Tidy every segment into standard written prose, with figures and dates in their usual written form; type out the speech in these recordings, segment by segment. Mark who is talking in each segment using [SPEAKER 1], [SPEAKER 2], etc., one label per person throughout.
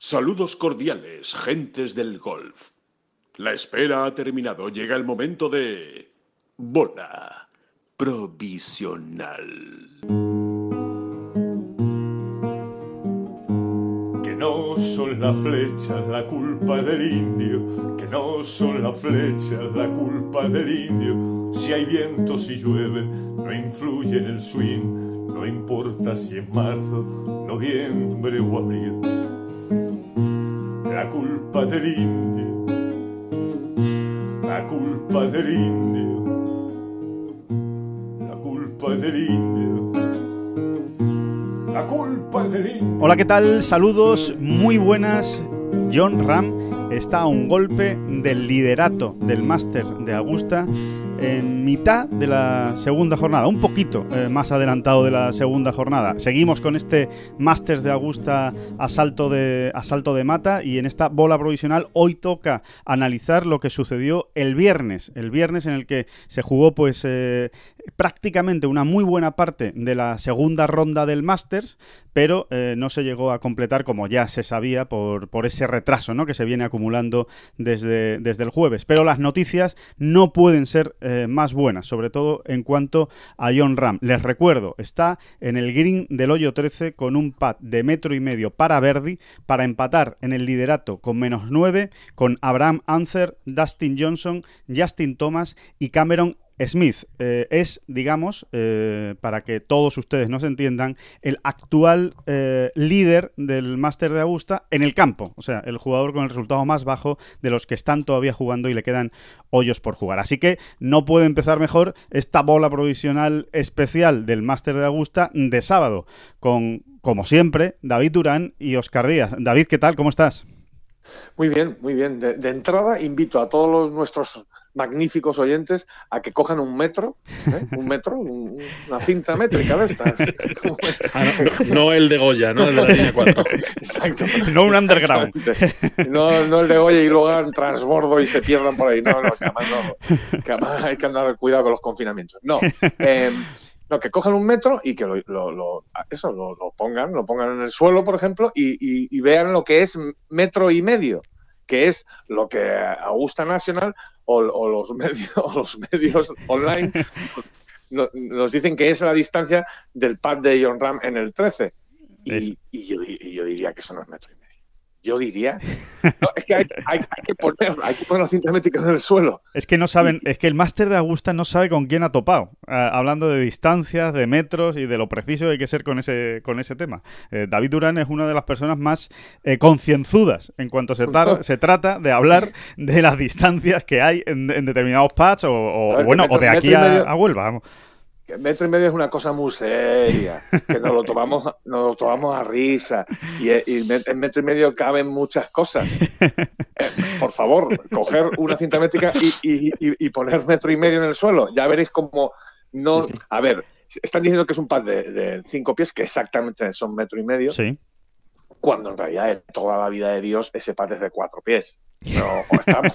[SPEAKER 1] Saludos cordiales, gentes del golf. La espera ha terminado. Llega el momento de... bola provisional.
[SPEAKER 2] Que no son las flechas la culpa del indio, que no son las flechas la culpa del indio. Si hay viento, si llueve, no influye en el swing. No importa si es marzo, noviembre o abril. La culpa del indio, la culpa del indio, la culpa del indio, la culpa del indio.
[SPEAKER 3] Hola, ¿qué tal? Saludos, muy buenas. Jon Rahm está a un golpe del liderato del Masters de Augusta en mitad de la segunda jornada, un poquito más adelantado de la segunda jornada. Seguimos con este Masters de Augusta a salto de mata, y en esta bola provisional hoy toca analizar lo que sucedió el viernes en el que se jugó prácticamente una muy buena parte de la segunda ronda del Masters, pero no se llegó a completar, como ya se sabía, por ese retraso, ¿no?, que se viene acumulando desde el jueves. Pero las noticias no pueden ser más buenas, sobre todo en cuanto a Jon Rahm. Les recuerdo, está en el green del hoyo 13 con un pad de 1,5 metros para birdie, para empatar en el liderato con -9 con Abraham Ancer, Dustin Johnson, Justin Thomas y Cameron Smith. Es, digamos, para que todos ustedes nos entiendan, el actual líder del Máster de Augusta en el campo. O sea, el jugador con el resultado más bajo de los que están todavía jugando y le quedan hoyos por jugar. Así que no puede empezar mejor esta bola provisional especial del Máster de Augusta de sábado, con, como siempre, David Durán y Óscar Díaz. David, ¿qué tal? ¿Cómo estás?
[SPEAKER 4] Muy bien, muy bien. De entrada, invito a todos nuestros magníficos oyentes a que cojan un metro, una cinta métrica de estas.
[SPEAKER 5] No el de Goya, no el de la línea 4.
[SPEAKER 4] Exacto.
[SPEAKER 3] No un underground.
[SPEAKER 4] No el de Goya y luego hagan transbordo y se pierdan por ahí. No, que además hay que andar cuidado con los confinamientos. No, que cojan un metro y que lo pongan en el suelo, por ejemplo, y vean lo que es 1,5 metros, que es lo que Augusta National o los medios online nos dicen que es la distancia del pad de Jon Rahm en el 13. Y yo diría que eso no es 1,5 metros. Yo diría... No, es que hay que poner la cinta métrica en el suelo.
[SPEAKER 3] Es que no saben, es que el Máster de Augusta no sabe con quién ha topado. Hablando de distancias, de metros y de lo preciso que hay que ser con ese tema. David Durán es una de las personas más concienzudas en cuanto se trata de hablar de las distancias que hay en determinados pads o de aquí a Huelva, vamos.
[SPEAKER 4] Que 1,5 metros es una cosa muy seria, que nos lo tomamos a risa, y en 1,5 metros caben muchas cosas. Por favor, coger una cinta métrica y poner 1,5 metros en el suelo. Ya veréis cómo no... Sí. A ver, están diciendo que es un pad de 5 pies, que exactamente son 1,5 metros.
[SPEAKER 3] Sí.
[SPEAKER 4] Cuando en realidad en toda la vida de Dios ese pad es de 4 pies. No, estamos...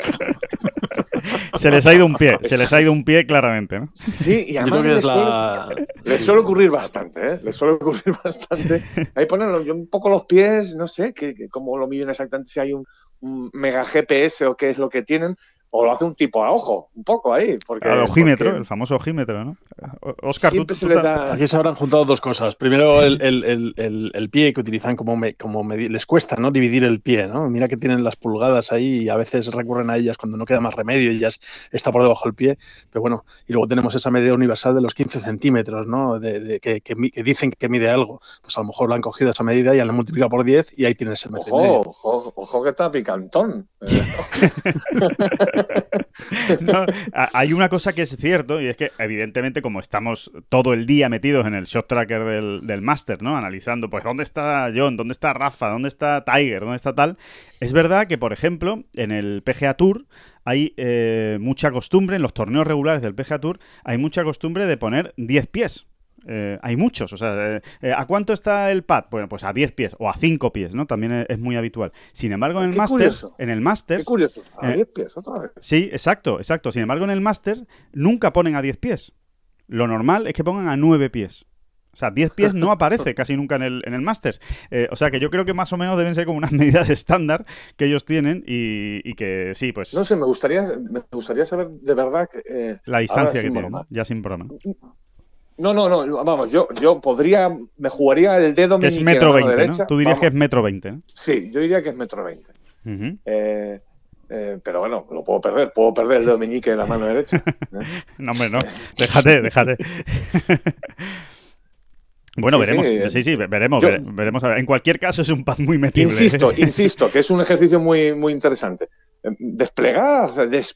[SPEAKER 3] Se les ha ido un pie claramente, ¿no?
[SPEAKER 4] Sí, y además les suele ocurrir bastante, ¿eh? Ahí ponen un poco los pies, no sé, que cómo lo miden exactamente, si hay un mega GPS o qué es lo que tienen, o lo hace un tipo a ojo, un poco ahí.
[SPEAKER 3] El ojímetro, el famoso ojímetro, ¿no? Óscar,
[SPEAKER 5] Aquí se habrán juntado dos cosas. Primero, el pie que utilizan les cuesta, ¿no?, dividir el pie, ¿no? Mira que tienen las pulgadas ahí y a veces recurren a ellas cuando no queda más remedio y ya está por debajo del pie. Pero bueno, y luego tenemos esa medida universal de los 15 centímetros, ¿no?, que dicen que mide algo. Pues a lo mejor la han cogido esa medida y la han multiplicado por 10 y ahí tienes el metro y medio.
[SPEAKER 4] Ojo que está picantón.
[SPEAKER 3] No, hay una cosa que es cierto, y es que evidentemente, como estamos todo el día metidos en el shot tracker del Master, ¿no?, analizando pues dónde está Jon, dónde está Rafa, dónde está Tiger, dónde está tal, es verdad que, por ejemplo, en el PGA Tour hay mucha costumbre, en los torneos regulares del PGA Tour hay mucha costumbre de poner 10 pies. Hay muchos, o sea, ¿a cuánto está el pad? Bueno, pues a 10 pies o a 5 pies, ¿no? También es muy habitual. Sin embargo, en el Masters...
[SPEAKER 4] Qué curioso, a 10 pies otra vez.
[SPEAKER 3] Sí, exacto. Sin embargo, en el Masters nunca ponen a 10 pies. Lo normal es que pongan a 9 pies. sea, 10 pies no aparece casi nunca en el Masters. O sea, que yo creo que más o menos deben ser como unas medidas estándar que ellos tienen y que sí, pues...
[SPEAKER 4] No sé, me gustaría saber de verdad
[SPEAKER 3] la distancia que
[SPEAKER 4] sin
[SPEAKER 3] tienen,
[SPEAKER 4] broma.
[SPEAKER 3] ya sin broma.
[SPEAKER 4] No, vamos, yo me jugaría el dedo
[SPEAKER 3] que es
[SPEAKER 4] meñique en la mano
[SPEAKER 3] 1,20 m,
[SPEAKER 4] derecha.
[SPEAKER 3] ¿no? Tú dirías
[SPEAKER 4] Vamos.
[SPEAKER 3] que es 1,20 m, ¿no?
[SPEAKER 4] Sí, yo diría que es 1,20
[SPEAKER 3] Ujú.
[SPEAKER 4] m. Pero bueno, lo puedo perder el dedo meñique en la mano derecha.
[SPEAKER 3] No, hombre, no. Déjate. Bueno,
[SPEAKER 4] Sí,
[SPEAKER 3] veremos.
[SPEAKER 4] sí,
[SPEAKER 3] Sí, veremos.
[SPEAKER 4] yo-
[SPEAKER 3] Veremos. A ver. En cualquier caso es un pad muy metible.
[SPEAKER 4] Insisto, que es un ejercicio muy, muy interesante. Desplegad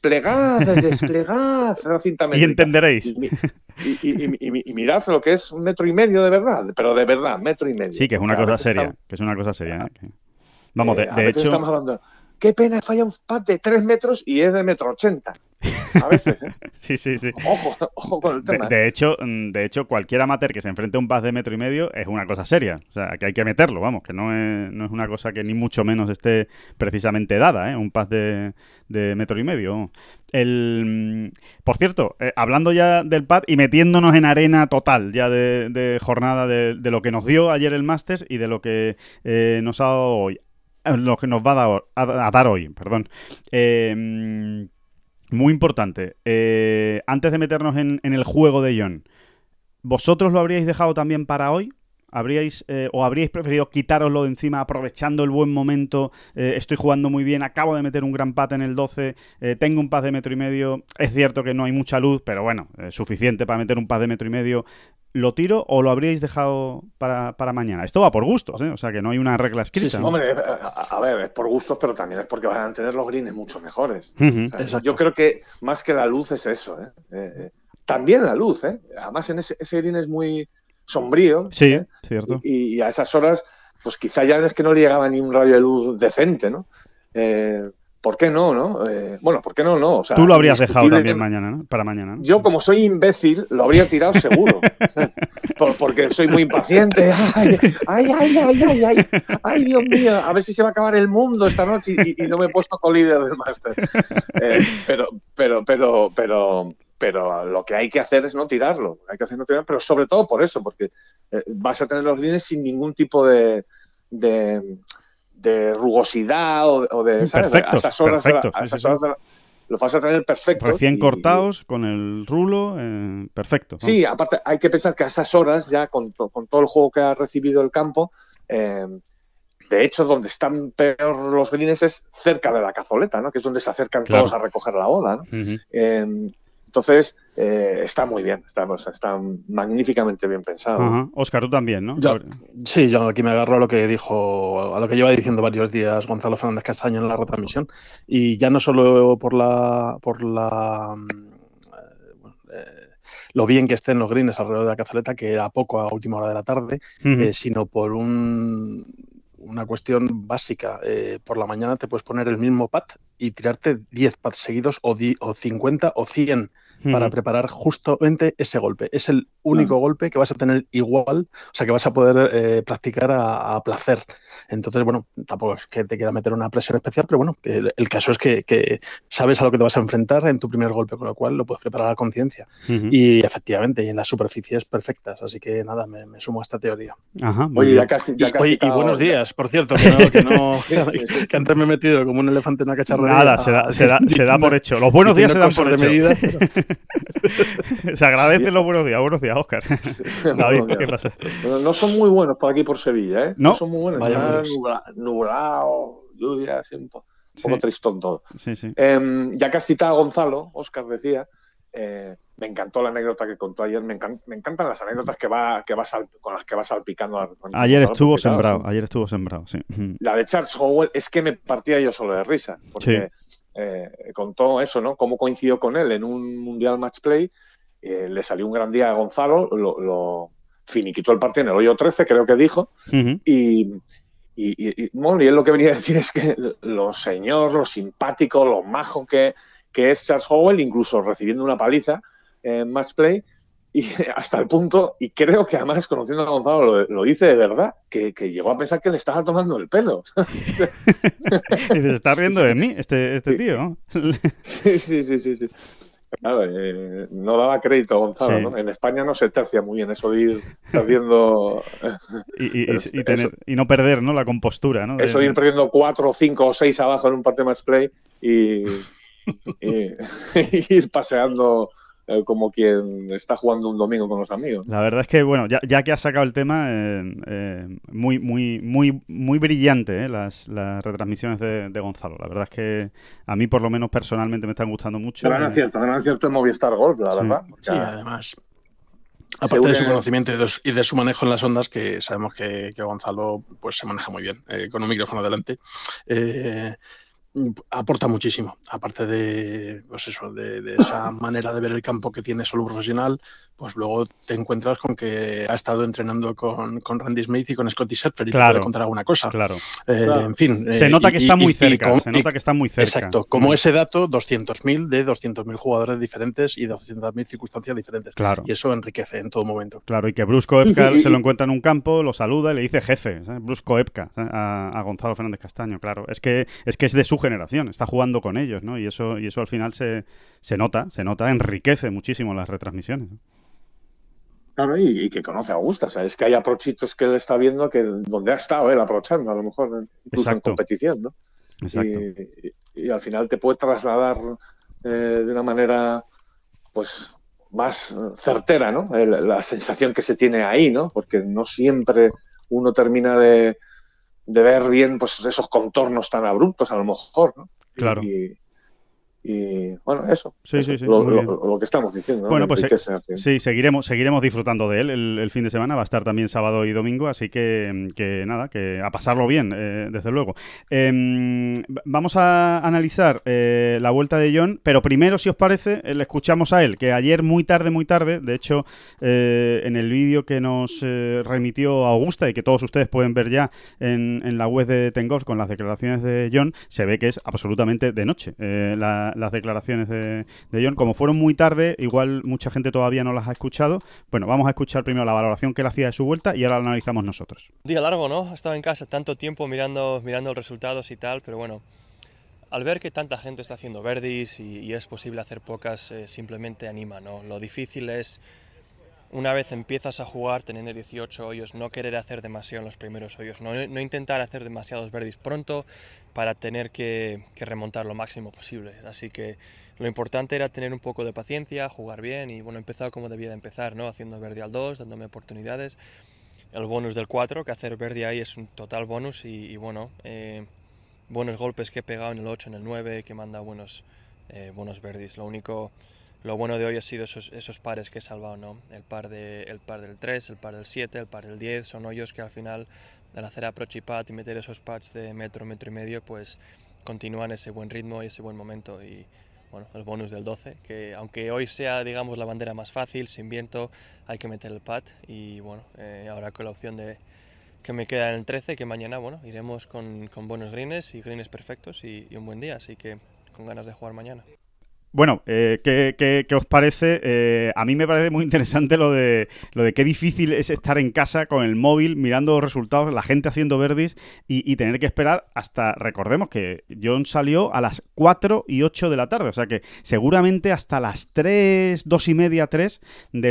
[SPEAKER 4] la cinta
[SPEAKER 3] Y
[SPEAKER 4] métrica.
[SPEAKER 3] entenderéis.
[SPEAKER 4] Y mirad lo que es 1,5 m de verdad, pero de verdad, 1,5 m.
[SPEAKER 3] Sí, que es una cosa seria. Vamos,
[SPEAKER 4] a
[SPEAKER 3] de
[SPEAKER 4] veces
[SPEAKER 3] hecho...
[SPEAKER 4] estamos hablando, qué pena falla un pad de 3 metros y es de 1,80 m. A veces, ¿eh?
[SPEAKER 3] Sí.
[SPEAKER 4] Ojo con el tema.
[SPEAKER 3] De hecho, cualquier amateur que se enfrente a un pad de 1,5 m es una cosa seria. O sea, que hay que meterlo, vamos, que no es una cosa que ni mucho menos esté precisamente dada, ¿eh? Un pad de 1,5 m. Por cierto, hablando ya del pad y metiéndonos en arena total ya de jornada de lo que nos dio ayer el Masters y de lo que nos ha dado hoy. Lo que nos va a dar hoy, perdón. Muy importante. Antes de meternos en el juego de John, ¿vosotros lo habríais dejado también para hoy? ¿Habríais preferido quitároslo de encima aprovechando el buen momento? Estoy jugando muy bien, acabo de meter un gran pad en el 12, tengo un pad de 1,5 m. Es cierto que no hay mucha luz, pero bueno, suficiente para meter un pad de 1,5 m. ¿Lo tiro o lo habríais dejado para mañana? Esto va por gustos, ¿eh? O sea que no hay una regla escrita.
[SPEAKER 5] Sí, sí.
[SPEAKER 3] ¿no?
[SPEAKER 4] Hombre, a ver, es por gustos, pero también es porque van a tener los greens mucho mejores.
[SPEAKER 3] Ujú.
[SPEAKER 4] O sea, yo creo que más que la luz es eso, ¿eh? También la luz, ¿eh? Además, en ese green es muy sombrío.
[SPEAKER 3] Sí,
[SPEAKER 4] ¿eh?
[SPEAKER 3] cierto.
[SPEAKER 4] Y a esas horas, pues quizá ya es que no le llegaba ni un rayo de luz decente, ¿no? ¿Por qué no, no? Bueno, ¿por qué no? O sea,
[SPEAKER 3] Tú lo habrías dejado
[SPEAKER 4] indiscutiblemente-
[SPEAKER 3] también mañana, ¿no? Para mañana, ¿no?
[SPEAKER 4] Yo, como soy imbécil, lo habría tirado seguro. Porque soy muy impaciente. Ay, Dios mío, a ver si se va a acabar el mundo esta noche y no me he puesto co-líder del máster. Pero lo que hay que hacer es no tirarlo. Pero sobre todo por eso, porque vas a tener los greens sin ningún tipo de rugosidad o de, ¿sabes?
[SPEAKER 3] Perfectos,
[SPEAKER 4] A esas horas,
[SPEAKER 3] perfectos,
[SPEAKER 4] a esas
[SPEAKER 3] sí.
[SPEAKER 4] horas los vas a tener perfectos.
[SPEAKER 3] Recién cortados, con el rulo, perfecto. ¿no?
[SPEAKER 4] Sí, aparte hay que pensar que a esas horas, ya con todo el juego que ha recibido el campo, de hecho, donde están peor los greens es cerca de la cazoleta, ¿no? Que es donde se acercan
[SPEAKER 3] Claro.
[SPEAKER 4] todos a recoger la bola, ¿no?
[SPEAKER 3] Ujú.
[SPEAKER 4] Entonces, está muy bien, está magníficamente bien pensado.
[SPEAKER 3] Ajá. Óscar, tú también, ¿no?
[SPEAKER 5] Yo aquí me agarro a lo que lleva diciendo varios días Gonzalo Fernández Castaño en la retransmisión, y ya no solo por lo bien que estén los greens alrededor de la cazoleta, que era poco a última hora de la tarde,
[SPEAKER 3] Ujú.
[SPEAKER 5] sino por una cuestión básica. Por la mañana te puedes poner el mismo pad y tirarte 10 pads seguidos o 50 o 100 para preparar justamente ese golpe. Es el único golpe que vas a tener igual, o sea, que vas a poder practicar a placer. Entonces, bueno, tampoco es que te quiera meter una presión especial, pero bueno, el caso es que sabes a lo que te vas a enfrentar en tu primer golpe, con lo cual lo puedes preparar a conciencia.
[SPEAKER 3] Ujú.
[SPEAKER 5] Y efectivamente, y en las superficies perfectas. Así que nada, me sumo a esta teoría.
[SPEAKER 3] Ajá, muy
[SPEAKER 4] Oye,
[SPEAKER 3] bien.
[SPEAKER 5] Y buenos días, por cierto, que antes me he metido como un elefante en una cacharrería.
[SPEAKER 3] Nada, se da por hecho. Los buenos días se dan por hecho.
[SPEAKER 5] Medida,
[SPEAKER 3] Se agradecen los buenos días. Buenos días, Óscar. David, ¿qué pasa?
[SPEAKER 4] No son muy buenos por aquí por Sevilla, ¿eh?
[SPEAKER 3] No.
[SPEAKER 4] son muy buenos.
[SPEAKER 5] Vaya
[SPEAKER 4] Está nublado, lluvia, así un poco tristón todo.
[SPEAKER 3] Sí.
[SPEAKER 4] Ya que has citado a Gonzalo, Óscar decía, me encantó la anécdota que contó ayer. Me encantan las anécdotas con las que vas salpicando.
[SPEAKER 3] Ayer estuvo
[SPEAKER 4] porque, claro,
[SPEAKER 3] sembrado, sí.
[SPEAKER 4] La de Charles Howell es que me partía yo solo de risa, porque contó eso, ¿no? Cómo coincidió con él en un Mundial Match Play. Le salió un gran día a Gonzalo, lo finiquitó el partido en el hoyo 13, creo que dijo,
[SPEAKER 3] Ujú.
[SPEAKER 4] y él lo que venía a decir es que lo simpático, lo majo que es Charles Howell, incluso recibiendo una paliza en Match Play, y hasta el punto, y creo que además, conociendo a Gonzalo, lo dice de verdad, que llegó a pensar que le estaba tomando el pelo.
[SPEAKER 3] Y se está riendo de mí, este tío.
[SPEAKER 4] Sí. Claro, no daba crédito a Gonzalo,
[SPEAKER 3] Sí.
[SPEAKER 4] ¿no? En España no se tercia muy bien eso de ir perdiendo.
[SPEAKER 3] Y no perder, ¿no? La compostura, ¿no?
[SPEAKER 4] Eso de ir perdiendo 4, 5 o 6 abajo en un partido match play y ir paseando como quien está jugando un domingo con los amigos.
[SPEAKER 3] La verdad es que, bueno, ya que has sacado el tema, muy brillante, las retransmisiones de Gonzalo. La verdad es que a mí, por lo menos personalmente, me están gustando mucho.
[SPEAKER 4] Gran acierto en Movistar Golf, la
[SPEAKER 3] Sí.
[SPEAKER 4] verdad.
[SPEAKER 5] Sí, además, aparte de su conocimiento y de su manejo en las ondas, que sabemos que Gonzalo pues se maneja muy bien con un micrófono delante, aporta muchísimo. Aparte de, pues eso, de esa manera de ver el campo que tiene solo un profesional, pues luego te encuentras con que ha estado entrenando con Randy Smith y con Scottie Scheffler y te puede contar alguna cosa.
[SPEAKER 3] Claro.
[SPEAKER 5] En fin.
[SPEAKER 3] Se nota que está muy cerca. Se nota que está muy cerca.
[SPEAKER 5] Exacto. Como ese dato, 200.000 de 200.000 jugadores diferentes y 200.000 circunstancias diferentes.
[SPEAKER 3] Claro.
[SPEAKER 5] Y eso enriquece en todo momento.
[SPEAKER 3] Claro, y que Bruce Koepka se lo encuentra en un campo, lo saluda y le dice jefe, ¿sabes? Bruce Koepka, a Gonzalo Fernández Castaño, claro. Es que es de su generación, está jugando con ellos, ¿no? Y eso al final se nota, enriquece muchísimo las retransmisiones.
[SPEAKER 4] Claro, y que conoce a Augusta, o sea, es que hay aprochitos que él está viendo que donde ha estado él aprovechando, a lo mejor incluso en competición, ¿no?
[SPEAKER 3] Exacto.
[SPEAKER 4] Y al final te puede trasladar de una manera, pues, más certera, ¿no? La sensación que se tiene ahí, ¿no? Porque no siempre uno termina de ver bien, pues, esos contornos tan abruptos, a lo mejor, ¿no?
[SPEAKER 3] Claro.
[SPEAKER 4] Y bueno, eso.
[SPEAKER 3] Sí.
[SPEAKER 4] Lo que estamos diciendo, ¿no?
[SPEAKER 3] Bueno, pues sí, seguiremos disfrutando de él el fin de semana. Va a estar también sábado y domingo, así que nada, que a pasarlo bien, desde luego. Vamos a analizar la vuelta de Jon, pero primero, si os parece, le escuchamos a él, que ayer muy tarde, de hecho, en el vídeo que nos remitió Augusta y que todos ustedes pueden ver ya en la web de Ten Golf con las declaraciones de Jon, se ve que es absolutamente de noche. Las declaraciones de Jon, como fueron muy tarde, igual mucha gente todavía no las ha escuchado. Bueno, vamos a escuchar primero la valoración que él hacía de su vuelta y ahora la analizamos nosotros.
[SPEAKER 6] Día largo, ¿no? He estado en casa tanto tiempo mirando los resultados y tal, pero bueno, al ver que tanta gente está haciendo birdies y es posible hacer pocas, simplemente anima, ¿no? Lo difícil es, una vez empiezas a jugar teniendo 18 hoyos, no querer hacer demasiado en los primeros hoyos, no intentar hacer demasiados birdies pronto para tener que remontar lo máximo posible. Así que lo importante era tener un poco de paciencia, jugar bien y bueno, empezar como debía de empezar, ¿no? Haciendo birdie al 2, dándome oportunidades. El bonus del 4, que hacer birdie ahí es un total bonus y bueno, buenos golpes que he pegado en el 8, en el 9, que me han dado buenos birdies. Lo bueno de hoy ha sido esos pares que he salvado, ¿no? El par del 3, el par del 7, el par del 10, son hoyos que al final, al hacer approach y putt y meter esos putts de metro y medio, pues continúan ese buen ritmo y ese buen momento. Y bueno, el bonus del 12, que aunque hoy sea, digamos, la bandera más fácil, sin viento, hay que meter el putt. Y bueno, ahora con la opción de que me queda en el 13, que mañana, bueno, iremos con buenos greens y greens perfectos y un buen día, así que con ganas de jugar mañana.
[SPEAKER 3] Bueno, ¿qué os parece? A mí me parece muy interesante lo de qué difícil es estar en casa con el móvil mirando los resultados, la gente haciendo birdies y tener que esperar hasta, recordemos que Jon salió a las 4 y 8 de la tarde, o sea que seguramente hasta las 3, 2 y media, 3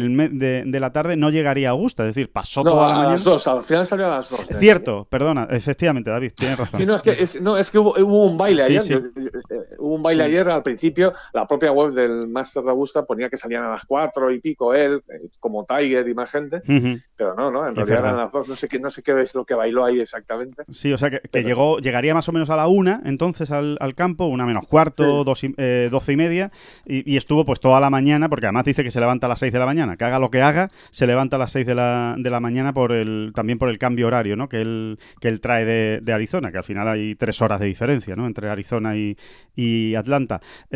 [SPEAKER 3] de la tarde no llegaría a Augusta, es decir, pasó toda la mañana.
[SPEAKER 4] A las 2, al final salió a las 2.
[SPEAKER 3] Cierto, perdona, efectivamente, David, tienes razón.
[SPEAKER 4] Sí, es que hubo un baile ayer,
[SPEAKER 3] sí.
[SPEAKER 4] Hubo un baile ayer al principio, la propia web del Master de Augusta ponía que salían a las 4 y pico él, como Tiger y más gente, pero no, en realidad eran las 2, no sé qué es lo que bailó ahí exactamente.
[SPEAKER 3] Sí, o sea que llegaría más o menos a la 1 entonces al campo, 1 menos cuarto, 12 y media, y estuvo pues toda la mañana, porque además dice que se levanta a las 6 de la mañana, que haga lo que haga, se levanta a las 6 de la mañana también por el cambio horario, ¿no? que él trae de Arizona, que al final hay 3 horas de diferencia, ¿no? Entre Arizona y Atlanta.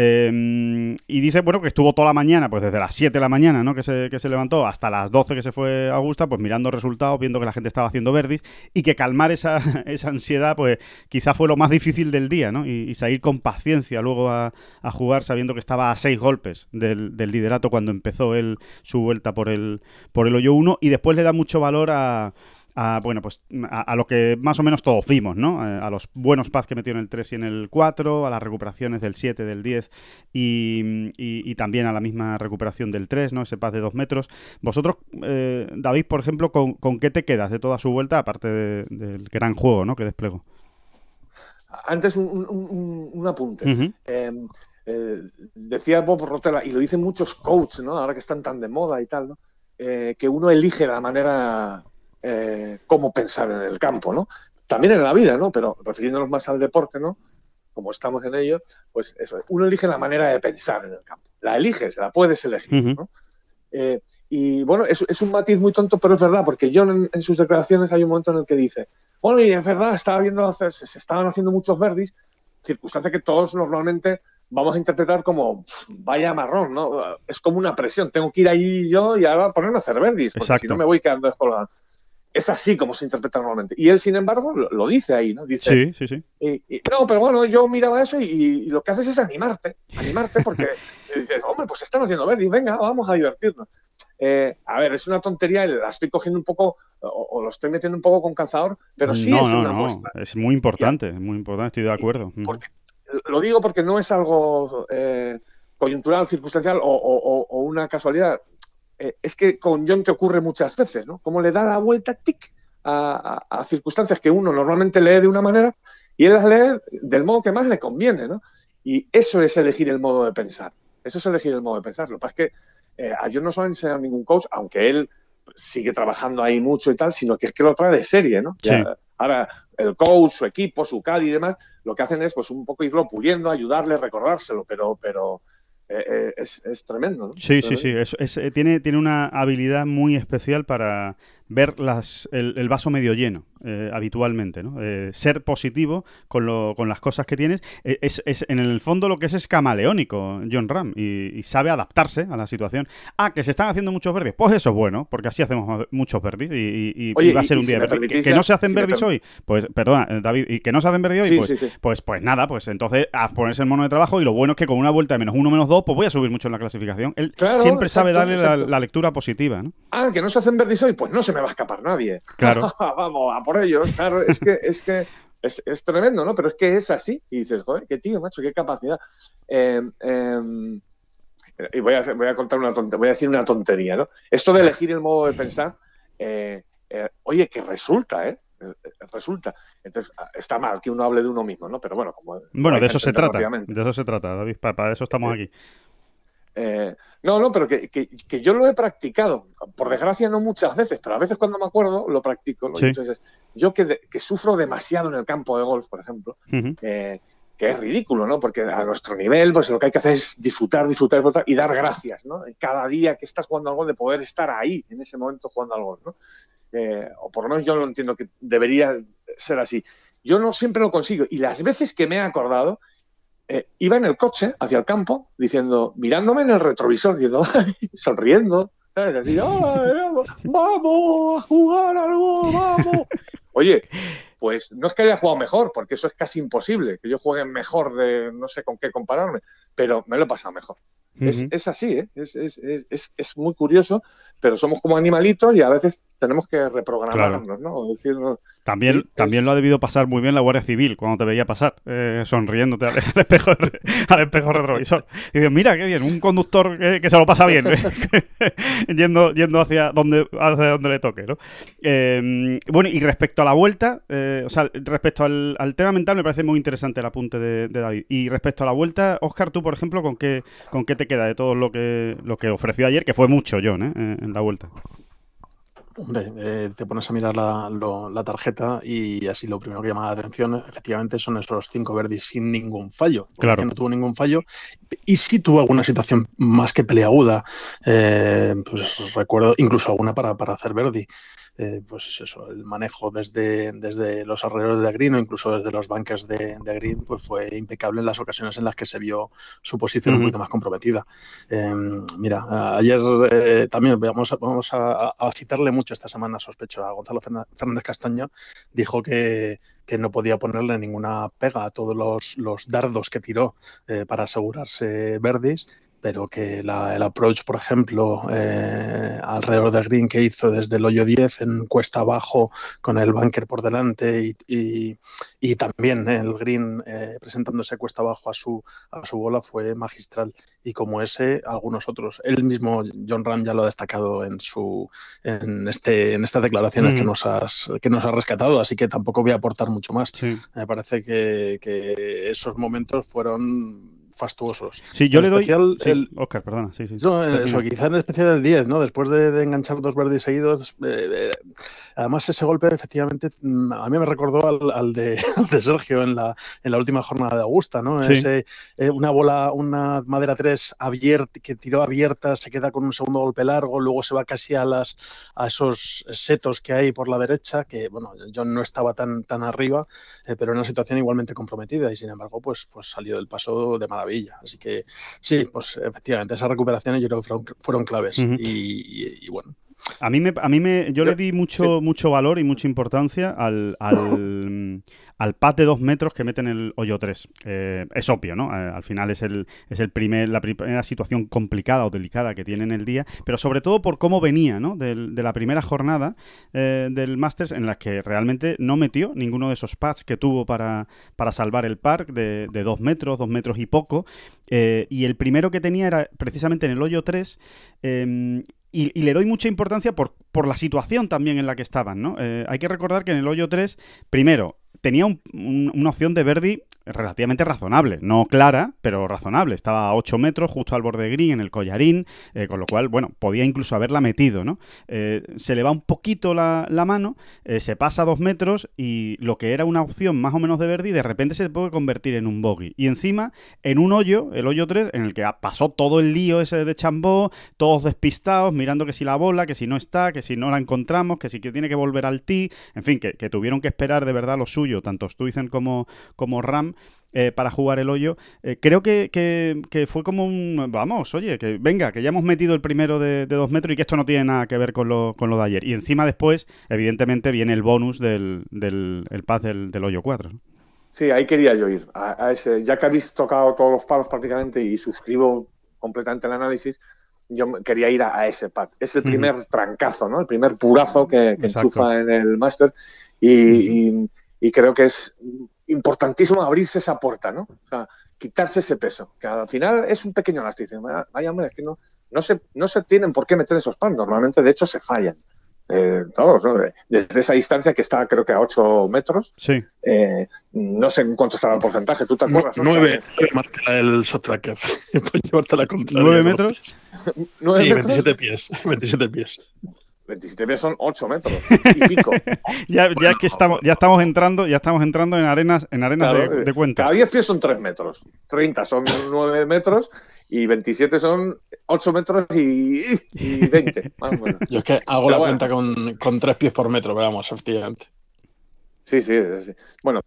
[SPEAKER 3] Y dice, bueno, que estuvo toda la mañana, pues desde las 7 de la mañana, ¿no? que se levantó hasta las 12 que se fue a Augusta, pues mirando resultados, viendo que la gente estaba haciendo birdies y que calmar esa ansiedad, pues quizá fue lo más difícil del día, ¿no? Y seguir con paciencia luego a jugar sabiendo que estaba a 6 golpes del liderato cuando empezó su vuelta por el hoyo 1 y después le da mucho valor a bueno, pues a lo que más o menos todos vimos, ¿no? A los buenos pads que metió en el 3 y en el 4, a las recuperaciones del 7, del 10 y también a la misma recuperación del 3, ¿no? Ese pad de 2 metros. Vosotros, David, por ejemplo, ¿con qué te quedas de toda su vuelta, aparte del gran juego, ¿no?, que desplegó?
[SPEAKER 4] Antes un apunte.
[SPEAKER 3] Uh-huh.
[SPEAKER 4] Decía Bob Rotella, y lo dicen muchos coaches, ¿no?, ahora que están tan de moda y tal, ¿no?, que uno elige la manera cómo pensar en el campo, ¿no? También en la vida, ¿no? Pero refiriéndonos más al deporte, ¿no?, como estamos en ello, pues eso, uno elige la manera de pensar en el campo. La eliges, la puedes elegir, ¿no? Y bueno, es un matiz muy tonto, pero es verdad, porque John en sus declaraciones hay un momento en el que dice, bueno, y es verdad, se estaban haciendo muchos birdies, circunstancia que todos normalmente vamos a interpretar como vaya marrón, ¿no? Es como una presión, tengo que ir ahí yo y ahora ponerme a hacer birdies, porque
[SPEAKER 3] Exacto.
[SPEAKER 4] si no me voy quedando descolgado. Es así como se interpreta normalmente. Y él, sin embargo, lo dice ahí, ¿no? Dice,
[SPEAKER 3] sí.
[SPEAKER 4] No, pero bueno, yo miraba eso y lo que haces es animarte porque dices, hombre, pues están haciendo birdies, venga, vamos a divertirnos. A ver, es una tontería, la estoy cogiendo un poco o lo estoy metiendo un poco con calzador, pero sí es una muestra.
[SPEAKER 3] Es muy importante, estoy de acuerdo.
[SPEAKER 4] Porque, lo digo porque no es algo coyuntural, circunstancial o una casualidad. Es que con John te ocurre muchas veces, ¿no? Como le da la vuelta, tic, a circunstancias que uno normalmente lee de una manera y él las lee del modo que más le conviene, ¿no? Y eso es elegir el modo de pensar. Eso es elegir el modo de pensar. Lo que pasa es que a John no se lo ha enseñado ningún coach, aunque él sigue trabajando ahí mucho y tal, sino que es que lo trae de serie, ¿no?
[SPEAKER 3] Sí.
[SPEAKER 4] Ahora, el coach, su equipo, su caddy y demás, lo que hacen es pues un poco irlo puliendo, ayudarle, recordárselo, pero es tremendo, ¿no?
[SPEAKER 3] Sí,
[SPEAKER 4] tremendo.
[SPEAKER 3] sí. Tiene una habilidad muy especial para ver el vaso medio lleno, habitualmente, ¿no? Ser positivo con las cosas que tienes. Es en el fondo lo que es camaleónico, John Ram, y sabe adaptarse a la situación. Que se están haciendo muchos verdes, pues eso es bueno, porque así hacemos muchos verdes y va a ser un día verde. ¿Que no se hacen verdes hoy? Pues, perdona, David, ¿y que no se hacen verdes hoy?
[SPEAKER 4] Sí.
[SPEAKER 3] Pues nada, pues entonces a ponerse el mono de trabajo, y lo bueno es que con una vuelta de -1, -2, pues voy a subir mucho en la clasificación. Él siempre sabe darle la lectura positiva, ¿no?
[SPEAKER 4] Que no se hacen verdes hoy, pues no se me va a escapar nadie.
[SPEAKER 3] Claro.
[SPEAKER 4] Vamos a por ellos. Claro, es que es tremendo, ¿no? Pero es que es así. Y dices, joder, qué tío, macho, qué capacidad. Y voy a contar voy a decir una tontería, ¿no? Esto de elegir el modo de pensar, oye, que resulta, resulta. Entonces, está mal que uno hable de uno mismo, ¿no? Pero bueno,
[SPEAKER 3] de eso se trata. De eso se trata, David. Para eso estamos aquí.
[SPEAKER 4] No, pero que yo lo he practicado. Por desgracia, no muchas veces, pero a veces cuando me acuerdo lo practico. ¿No?
[SPEAKER 3] Sí.
[SPEAKER 4] Entonces, yo que sufro demasiado en el campo de golf, por ejemplo,
[SPEAKER 3] Uh-huh.
[SPEAKER 4] Que es ridículo, ¿no? Porque a nuestro nivel, pues lo que hay que hacer es disfrutar y dar gracias, ¿no? Cada día que estás jugando al golf, de poder estar ahí, en ese momento, jugando al golf, ¿no? O por lo menos yo lo entiendo que debería ser así. Yo no siempre lo consigo. Y las veces que me he acordado, iba en el coche hacia el campo, mirándome en el retrovisor, sonriendo, ¿sabes? Así, vamos a jugar algo, vamos. Oye, pues no es que haya jugado mejor, porque eso es casi imposible, que yo juegue mejor no sé con qué compararme, pero me lo he pasado mejor.
[SPEAKER 3] Uh-huh.
[SPEAKER 4] Es así, ¿eh? Es muy curioso, pero somos como animalitos y a veces tenemos que reprogramarnos, claro, ¿no? Decirnos,
[SPEAKER 3] también lo ha debido pasar muy bien la Guardia Civil cuando te veía pasar, sonriéndote al espejo retrovisor. Y dices, mira, qué bien, un conductor que se lo pasa bien, yendo hacia donde le toque, ¿no? Bueno, y respecto a la vuelta, respecto al tema mental, me parece muy interesante el apunte de David. Y respecto a la vuelta, Óscar, tú, por ejemplo, ¿con qué te queda de todo lo que ofreció ayer? Que fue mucho, John, en la vuelta.
[SPEAKER 5] Hombre, te pones a mirar la tarjeta y así lo primero que llama la atención efectivamente son esos 5 birdies sin ningún fallo.
[SPEAKER 3] Claro.
[SPEAKER 5] Que no tuvo ningún fallo y sí tuvo alguna situación más que peleaguda. Pues recuerdo incluso alguna para hacer birdie. Pues eso, el manejo desde los alrededores de green o incluso desde los bunkers de green, pues fue impecable en las ocasiones en las que se vio su posición un poquito más comprometida. Mira, ayer también vamos a citarle mucho esta semana, sospecho, a Gonzalo Fernández Castaño. Dijo que no podía ponerle ninguna pega a todos los dardos que tiró para asegurarse birdies. pero que el approach, por ejemplo, alrededor del green que hizo desde el hoyo 10 en cuesta abajo con el bunker por delante y también el green presentándose cuesta abajo a su bola fue magistral. Y como ese, algunos otros. Él mismo, Jon Rahm, ya lo ha destacado en estas declaraciones que nos has rescatado, así que tampoco voy a aportar mucho más.
[SPEAKER 3] Sí.
[SPEAKER 5] Me parece que esos momentos fueron fastuosos.
[SPEAKER 3] Sí, yo
[SPEAKER 5] en
[SPEAKER 3] le doy...
[SPEAKER 5] especial
[SPEAKER 3] Sí, Óscar, perdona. Sí.
[SPEAKER 5] No, eso, quizá en especial el 10, ¿no? Después de enganchar 2 birdies seguidos, además ese golpe efectivamente a mí me recordó al de Sergio en la última jornada de Augusta, ¿no?
[SPEAKER 3] Sí.
[SPEAKER 5] Una madera 3 abierta, que tiró abierta, se queda con un segundo golpe largo, luego se va casi a esos setos que hay por la derecha, que bueno, John no estaba tan arriba, pero en una situación igualmente comprometida y sin embargo pues salió del paso de maravilla. Así que sí, pues efectivamente esas recuperaciones yo creo que fueron claves. Y bueno.
[SPEAKER 3] Yo le di mucho valor y mucha importancia al pad de 2 metros que mete en el hoyo 3. Es obvio, ¿no? Al final es la primera situación complicada o delicada que tiene en el día, pero sobre todo por cómo venía, ¿no? De la primera jornada del Masters, en la que realmente no metió ninguno de esos pads que tuvo para salvar el par de 2 metros y poco, y el primero que tenía era precisamente en el hoyo 3, y le doy mucha importancia por la situación también en la que estaban, ¿no? Hay que recordar que en el hoyo 3, primero, tenía una opción de birdie relativamente razonable, no clara, pero razonable. Estaba a 8 metros, justo al borde green, en el collarín, con lo cual, bueno, podía incluso haberla metido, ¿no? Se le va un poquito la mano, se pasa a 2 metros y lo que era una opción más o menos de birdie, de repente se puede convertir en un bogey. Y encima, en un hoyo, el hoyo 3, en el que pasó todo el lío ese de Chambó, todos despistados, mirando que si la bola, que si no está, que si no la encontramos, que si que tiene que volver al tee, en fin, que tuvieron que esperar de verdad lo suyo, tanto Stuyven como Rahm, para jugar el hoyo. Creo que fue como vamos, oye, que venga, que ya hemos metido el primero de 2 metros y que esto no tiene nada que ver con lo de ayer. Y encima después, evidentemente, viene el bonus del pad del hoyo 4, ¿no?
[SPEAKER 4] Sí, ahí quería yo ir, a ese, ya que habéis tocado todos los palos prácticamente y suscribo completamente el análisis, yo quería ir a ese pad. Es el primer trancazo, ¿no? El primer purazo que enchufa en el Master y creo que es importantísimo abrirse esa puerta, ¿no? O sea, quitarse ese peso, que al final es un pequeño lastre. Vaya, hombre, es que no se tienen por qué meter esos pads. Normalmente, de hecho, se fallan. Todos, ¿no? Desde esa distancia que está, creo que a 8 metros.
[SPEAKER 3] Sí.
[SPEAKER 4] No sé en cuánto estará el porcentaje. ¿Tú te acuerdas?
[SPEAKER 5] 9 marca el shot tracker. Por llevarte la contraria.
[SPEAKER 3] 9 metros.
[SPEAKER 5] Sí, 27 pies. 27 pies.
[SPEAKER 4] 27 pies son 8 metros y pico.
[SPEAKER 3] ya estamos entrando en arenas
[SPEAKER 4] claro,
[SPEAKER 3] de cuentas.
[SPEAKER 4] Cada 10 pies son 3 metros. 30 son 9 metros y 27 son 8 metros y 20. Más o menos.
[SPEAKER 5] Yo es que hago la cuenta con 3 pies por metro, pero vamos, efectivamente.
[SPEAKER 4] Sí. Bueno,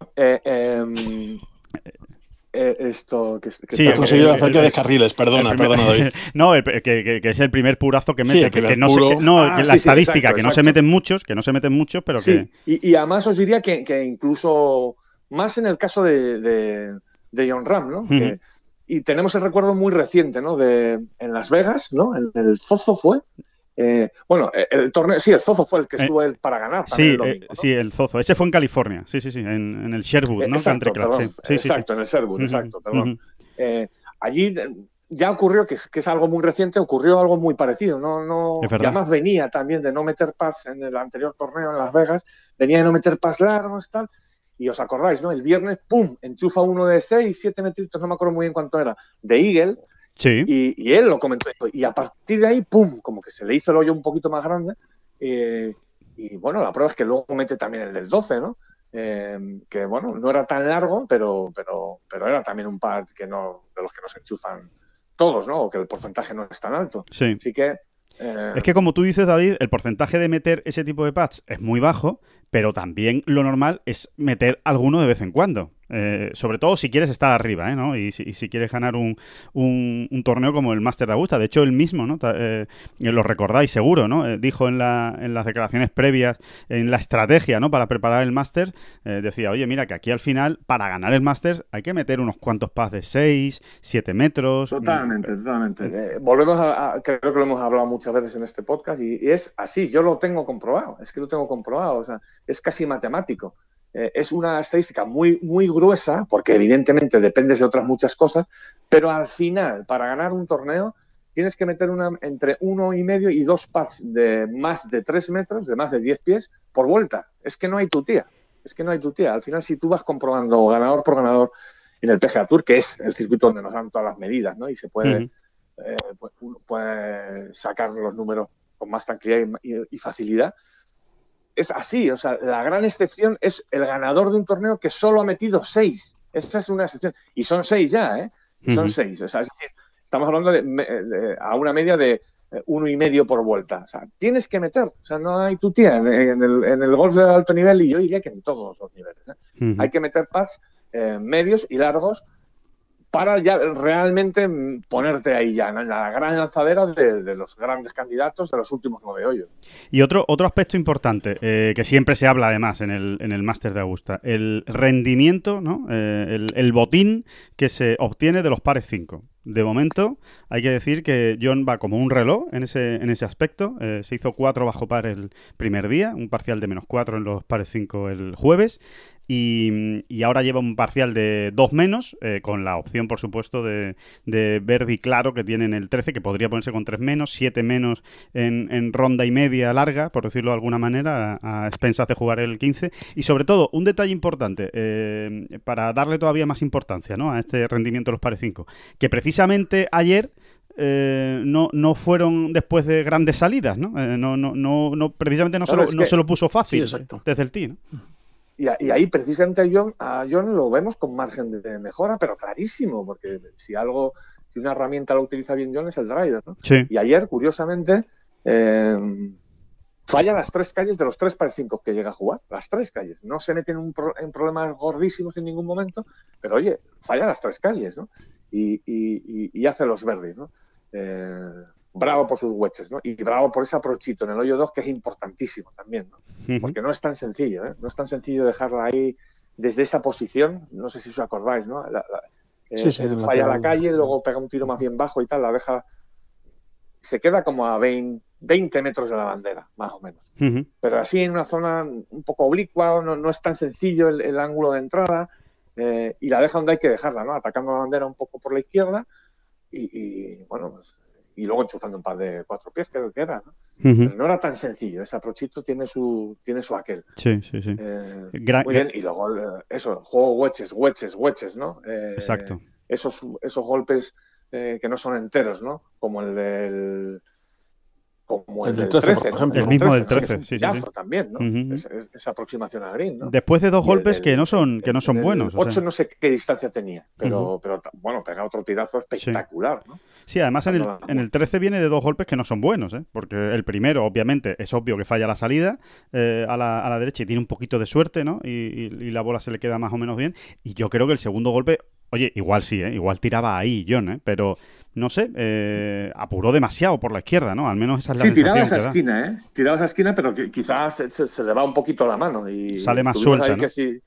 [SPEAKER 4] esto que
[SPEAKER 5] sí, he conseguido hacer que descarriles, perdona, David.
[SPEAKER 3] No, que es el primer purazo que mete,
[SPEAKER 5] sí,
[SPEAKER 3] la estadística, exacto, que no se meten muchos, pero
[SPEAKER 4] sí. Y además os diría que incluso más en el caso de Jon Rahm, ¿no? Y tenemos el recuerdo muy reciente, ¿no? En Las Vegas, ¿no? En el Zozo fue. El torneo, sí, el Zozo fue el que estuvo él para ganar.
[SPEAKER 3] Sí,
[SPEAKER 4] el domingo, ¿no?
[SPEAKER 3] Sí, el Zozo. Ese fue en California. Sí, en el Sherwood, ¿no?
[SPEAKER 4] Exacto,
[SPEAKER 3] Country Club.
[SPEAKER 4] Exacto, en el Sherwood, exacto, perdón. Allí ya ocurrió, que es algo muy reciente, ocurrió algo muy parecido. Y además venía también de no meter pads en el anterior torneo en Las Vegas, venía de no meter pads largos, tal. Y os acordáis, ¿no? El viernes, ¡pum!, enchufa uno de 6, 7 metritos, no me acuerdo muy bien cuánto era, de Eagle.
[SPEAKER 3] Sí.
[SPEAKER 4] Y él lo comentó. Y a partir de ahí, ¡pum!, como que se le hizo el hoyo un poquito más grande. Y bueno, la prueba es que luego mete también el del 12, ¿no? Que bueno, no era tan largo, pero era también un pad de los que nos enchufan todos, ¿no? O que el porcentaje no es tan alto.
[SPEAKER 3] Sí.
[SPEAKER 4] Así que...
[SPEAKER 3] Es que como tú dices, David, el porcentaje de meter ese tipo de pads es muy bajo, pero también lo normal es meter alguno de vez en cuando. Sobre todo si quieres estar arriba, ¿no? Y si quieres ganar un torneo como el Masters de Augusta. De hecho, él mismo, ¿no? Lo recordáis seguro, ¿no? Dijo en las declaraciones previas, en la estrategia, ¿no? Para preparar el Masters, decía, oye, mira, que aquí al final, para ganar el Masters, hay que meter unos cuantos pads de 6, 7 metros.
[SPEAKER 4] Totalmente. Volvemos creo que lo hemos hablado muchas veces en este podcast y es así, yo lo tengo comprobado, o sea, es casi matemático. Es una estadística muy, muy gruesa, porque evidentemente dependes de otras muchas cosas, pero al final, para ganar un torneo, tienes que meter entre 1,5 y 2 pads de más de 3 metros, de más de 10 pies, por vuelta. Es que no hay tu tía. Al final, si tú vas comprobando ganador por ganador en el PGA Tour, que es el circuito donde nos dan todas las medidas, ¿no? Y se puede, pues uno puede sacar los números con más tranquilidad y facilidad. Es así, o sea, la gran excepción es el ganador de un torneo que solo ha metido 6. Esa es una excepción. Y son 6 ya, ¿eh? Son 6. O sea, es decir, estamos hablando a una media de 1,5 por vuelta. O sea, tienes que meter. O sea, no hay tu tía en el golf de alto nivel y yo diría que en todos los niveles, ¿eh? Hay que meter pads medios y largos para ya realmente ponerte ahí ya en la gran lanzadera de los grandes candidatos de los últimos 9 hoyos.
[SPEAKER 3] Y otro aspecto importante, que siempre se habla además en el Masters de Augusta, el rendimiento, ¿no? El botín que se obtiene de los pares 5. De momento, hay que decir que Jon va como un reloj en ese aspecto. Se hizo 4 bajo par el primer día, un parcial de -4 en los pares 5 el jueves. Y ahora lleva un parcial de 2 menos, con la opción, por supuesto, de birdie claro que tiene en el 13, que podría ponerse con 3 menos, 7 menos en ronda y media larga, por decirlo de alguna manera, a expensas de jugar el 15. Y sobre todo, un detalle importante, para darle todavía más importancia, ¿no? A este rendimiento de los pares 5, que precisamente ayer no fueron después de grandes salidas, ¿no? Precisamente no se lo puso fácil, sí, desde el tee, ¿no?
[SPEAKER 4] Y ahí precisamente a Jon lo vemos con margen de mejora, pero clarísimo, porque si una herramienta lo utiliza bien Jon es el driver, ¿no?
[SPEAKER 3] Sí.
[SPEAKER 4] Y ayer, curiosamente, falla las 3 calles de los 3 pares 5 que llega a jugar, las 3 calles. No se mete en problemas gordísimos en ningún momento, pero oye, falla las 3 calles, ¿no? Y hace los verdes, ¿no? Bravo por sus wedges, ¿no? Y bravo por ese aprochito en el hoyo 2, que es importantísimo también, ¿no? Porque no es tan sencillo, ¿eh? No es tan sencillo dejarla ahí desde esa posición. No sé si os acordáis, ¿no? Falla la calle, luego pega un tiro más bien bajo y tal, la deja... Se queda como a 20 metros de la bandera, más o menos. Pero así en una zona un poco oblicua, no es tan sencillo el ángulo de entrada, y la deja donde hay que dejarla, ¿no? Atacando la bandera un poco por la izquierda y bueno, pues... Y luego enchufando un par de 4 pies, creo que era, ¿no? Pero no era tan sencillo. Ese aprochito tiene su aquel.
[SPEAKER 3] Sí.
[SPEAKER 4] Muy bien. Y luego eso, juego wedges, ¿no?
[SPEAKER 3] Exacto.
[SPEAKER 4] Esos golpes que no son enteros, ¿no? Como el del... Como el del 13, por ejemplo.
[SPEAKER 3] El mismo del 13, sí.
[SPEAKER 4] También, ¿no? Esa aproximación al green, ¿no?
[SPEAKER 3] Después de 2 golpes que no son buenos.
[SPEAKER 4] 8 no sé qué distancia tenía, pero bueno, pega otro tirazo espectacular, ¿no?
[SPEAKER 3] Sí, además en el 13 viene de 2 golpes que no son buenos, ¿eh? Porque el primero, obviamente, es obvio que falla la salida a la derecha y tiene un poquito de suerte, ¿no? Y la bola se le queda más o menos bien. Y yo creo que el segundo golpe... Oye, igual sí, igual tiraba ahí Jon, pero no sé, apuró demasiado por la izquierda, ¿no? Al menos esa es la sensación.
[SPEAKER 4] Tiraba esa esquina, pero que quizás se le va un poquito la mano y
[SPEAKER 3] sale más suelta, ¿no?
[SPEAKER 4] Sí.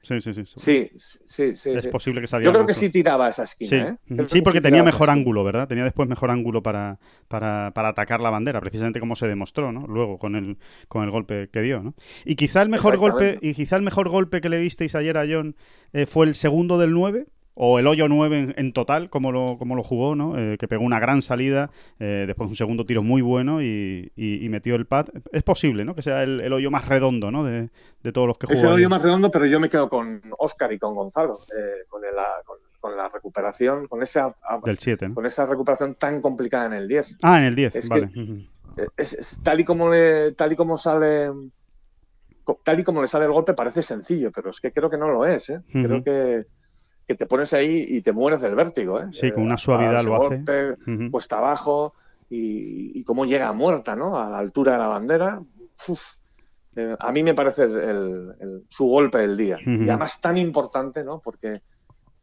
[SPEAKER 3] Es posible que saliera.
[SPEAKER 4] Yo creo que sí tiraba esa esquina,
[SPEAKER 3] Sí, porque tenía mejor ángulo, ¿verdad? Tenía después mejor ángulo para atacar la bandera, precisamente como se demostró, ¿no? Luego con el golpe que dio, ¿no? Y quizá el mejor golpe que le visteis ayer a Jon fue el segundo del 9. O el hoyo 9 en total, como lo jugó, ¿no? Que pegó una gran salida, después un segundo tiro muy bueno y metió el pad. Es posible, ¿no? Que sea el hoyo más redondo, ¿no? De todos los que jugó.
[SPEAKER 4] Es el hoyo más redondo, pero yo me quedo con Óscar y con Gonzalo, con la recuperación, con esa
[SPEAKER 3] del 7, ¿no?
[SPEAKER 4] Con esa recuperación tan complicada en el 10.
[SPEAKER 3] Ah, en el 10, vale.
[SPEAKER 4] Es tal y como le sale el golpe, parece sencillo, pero es que creo que no lo es, ¿eh? Creo que te pones ahí y te mueres del vértigo, ¿eh?
[SPEAKER 3] Sí, con una suavidad lo hace.
[SPEAKER 4] Golpe, cuesta abajo y cómo llega muerta, ¿no? A la altura de la bandera. A mí me parece su golpe del día. Y además tan importante, ¿no? Porque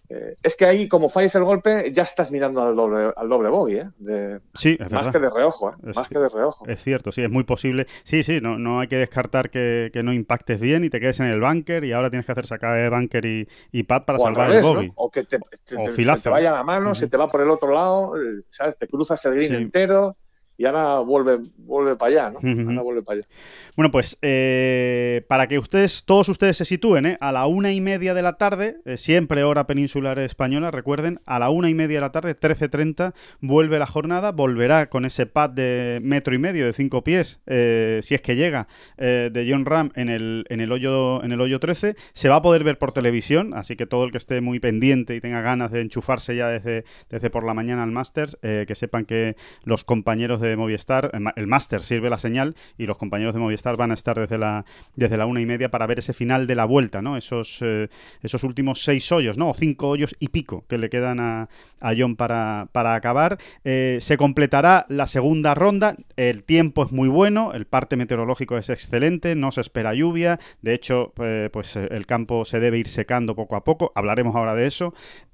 [SPEAKER 4] Es que ahí, como falles el golpe, ya estás mirando al doble bogey,
[SPEAKER 3] Sí, es
[SPEAKER 4] más
[SPEAKER 3] verdad.
[SPEAKER 4] que de reojo, más que de reojo.
[SPEAKER 3] Es cierto, sí, es muy posible. Sí, no hay que descartar que no impactes bien y te quedes en el bunker y ahora tienes que hacer sacar de bunker y pad para
[SPEAKER 4] O al
[SPEAKER 3] salvar
[SPEAKER 4] revés,
[SPEAKER 3] el bogey.
[SPEAKER 4] ¿no? O que
[SPEAKER 3] O
[SPEAKER 4] se
[SPEAKER 3] filazo.
[SPEAKER 4] te vaya la mano, se te va por el otro lado, ¿sabes? Te cruzas el green entero y ahora vuelve para allá, ¿no? Ahora vuelve para allá.
[SPEAKER 3] Bueno, pues para que todos ustedes se sitúen, a la 1:30 de la tarde, siempre hora peninsular española, recuerden, a la 1:30 de la tarde, 13:30, vuelve la jornada, volverá con ese pad de 1,5 metros de 5 pies, si es que llega, de Jon Rahm en el hoyo 13. Se va a poder ver por televisión, así que todo el que esté muy pendiente y tenga ganas de enchufarse ya desde por la mañana al Masters, que sepan que los compañeros de Movistar, el Masters sirve la señal y los compañeros de Movistar van a estar desde la 1:30 para ver ese final de la vuelta, ¿no? Esos últimos 6 hoyos, ¿no? O 5 hoyos y pico que le quedan a Jon para acabar. Se completará la segunda ronda. El tiempo es muy bueno, el parte meteorológico es excelente, no se espera lluvia. De hecho, pues el campo se debe ir secando poco a poco. Hablaremos ahora de eso.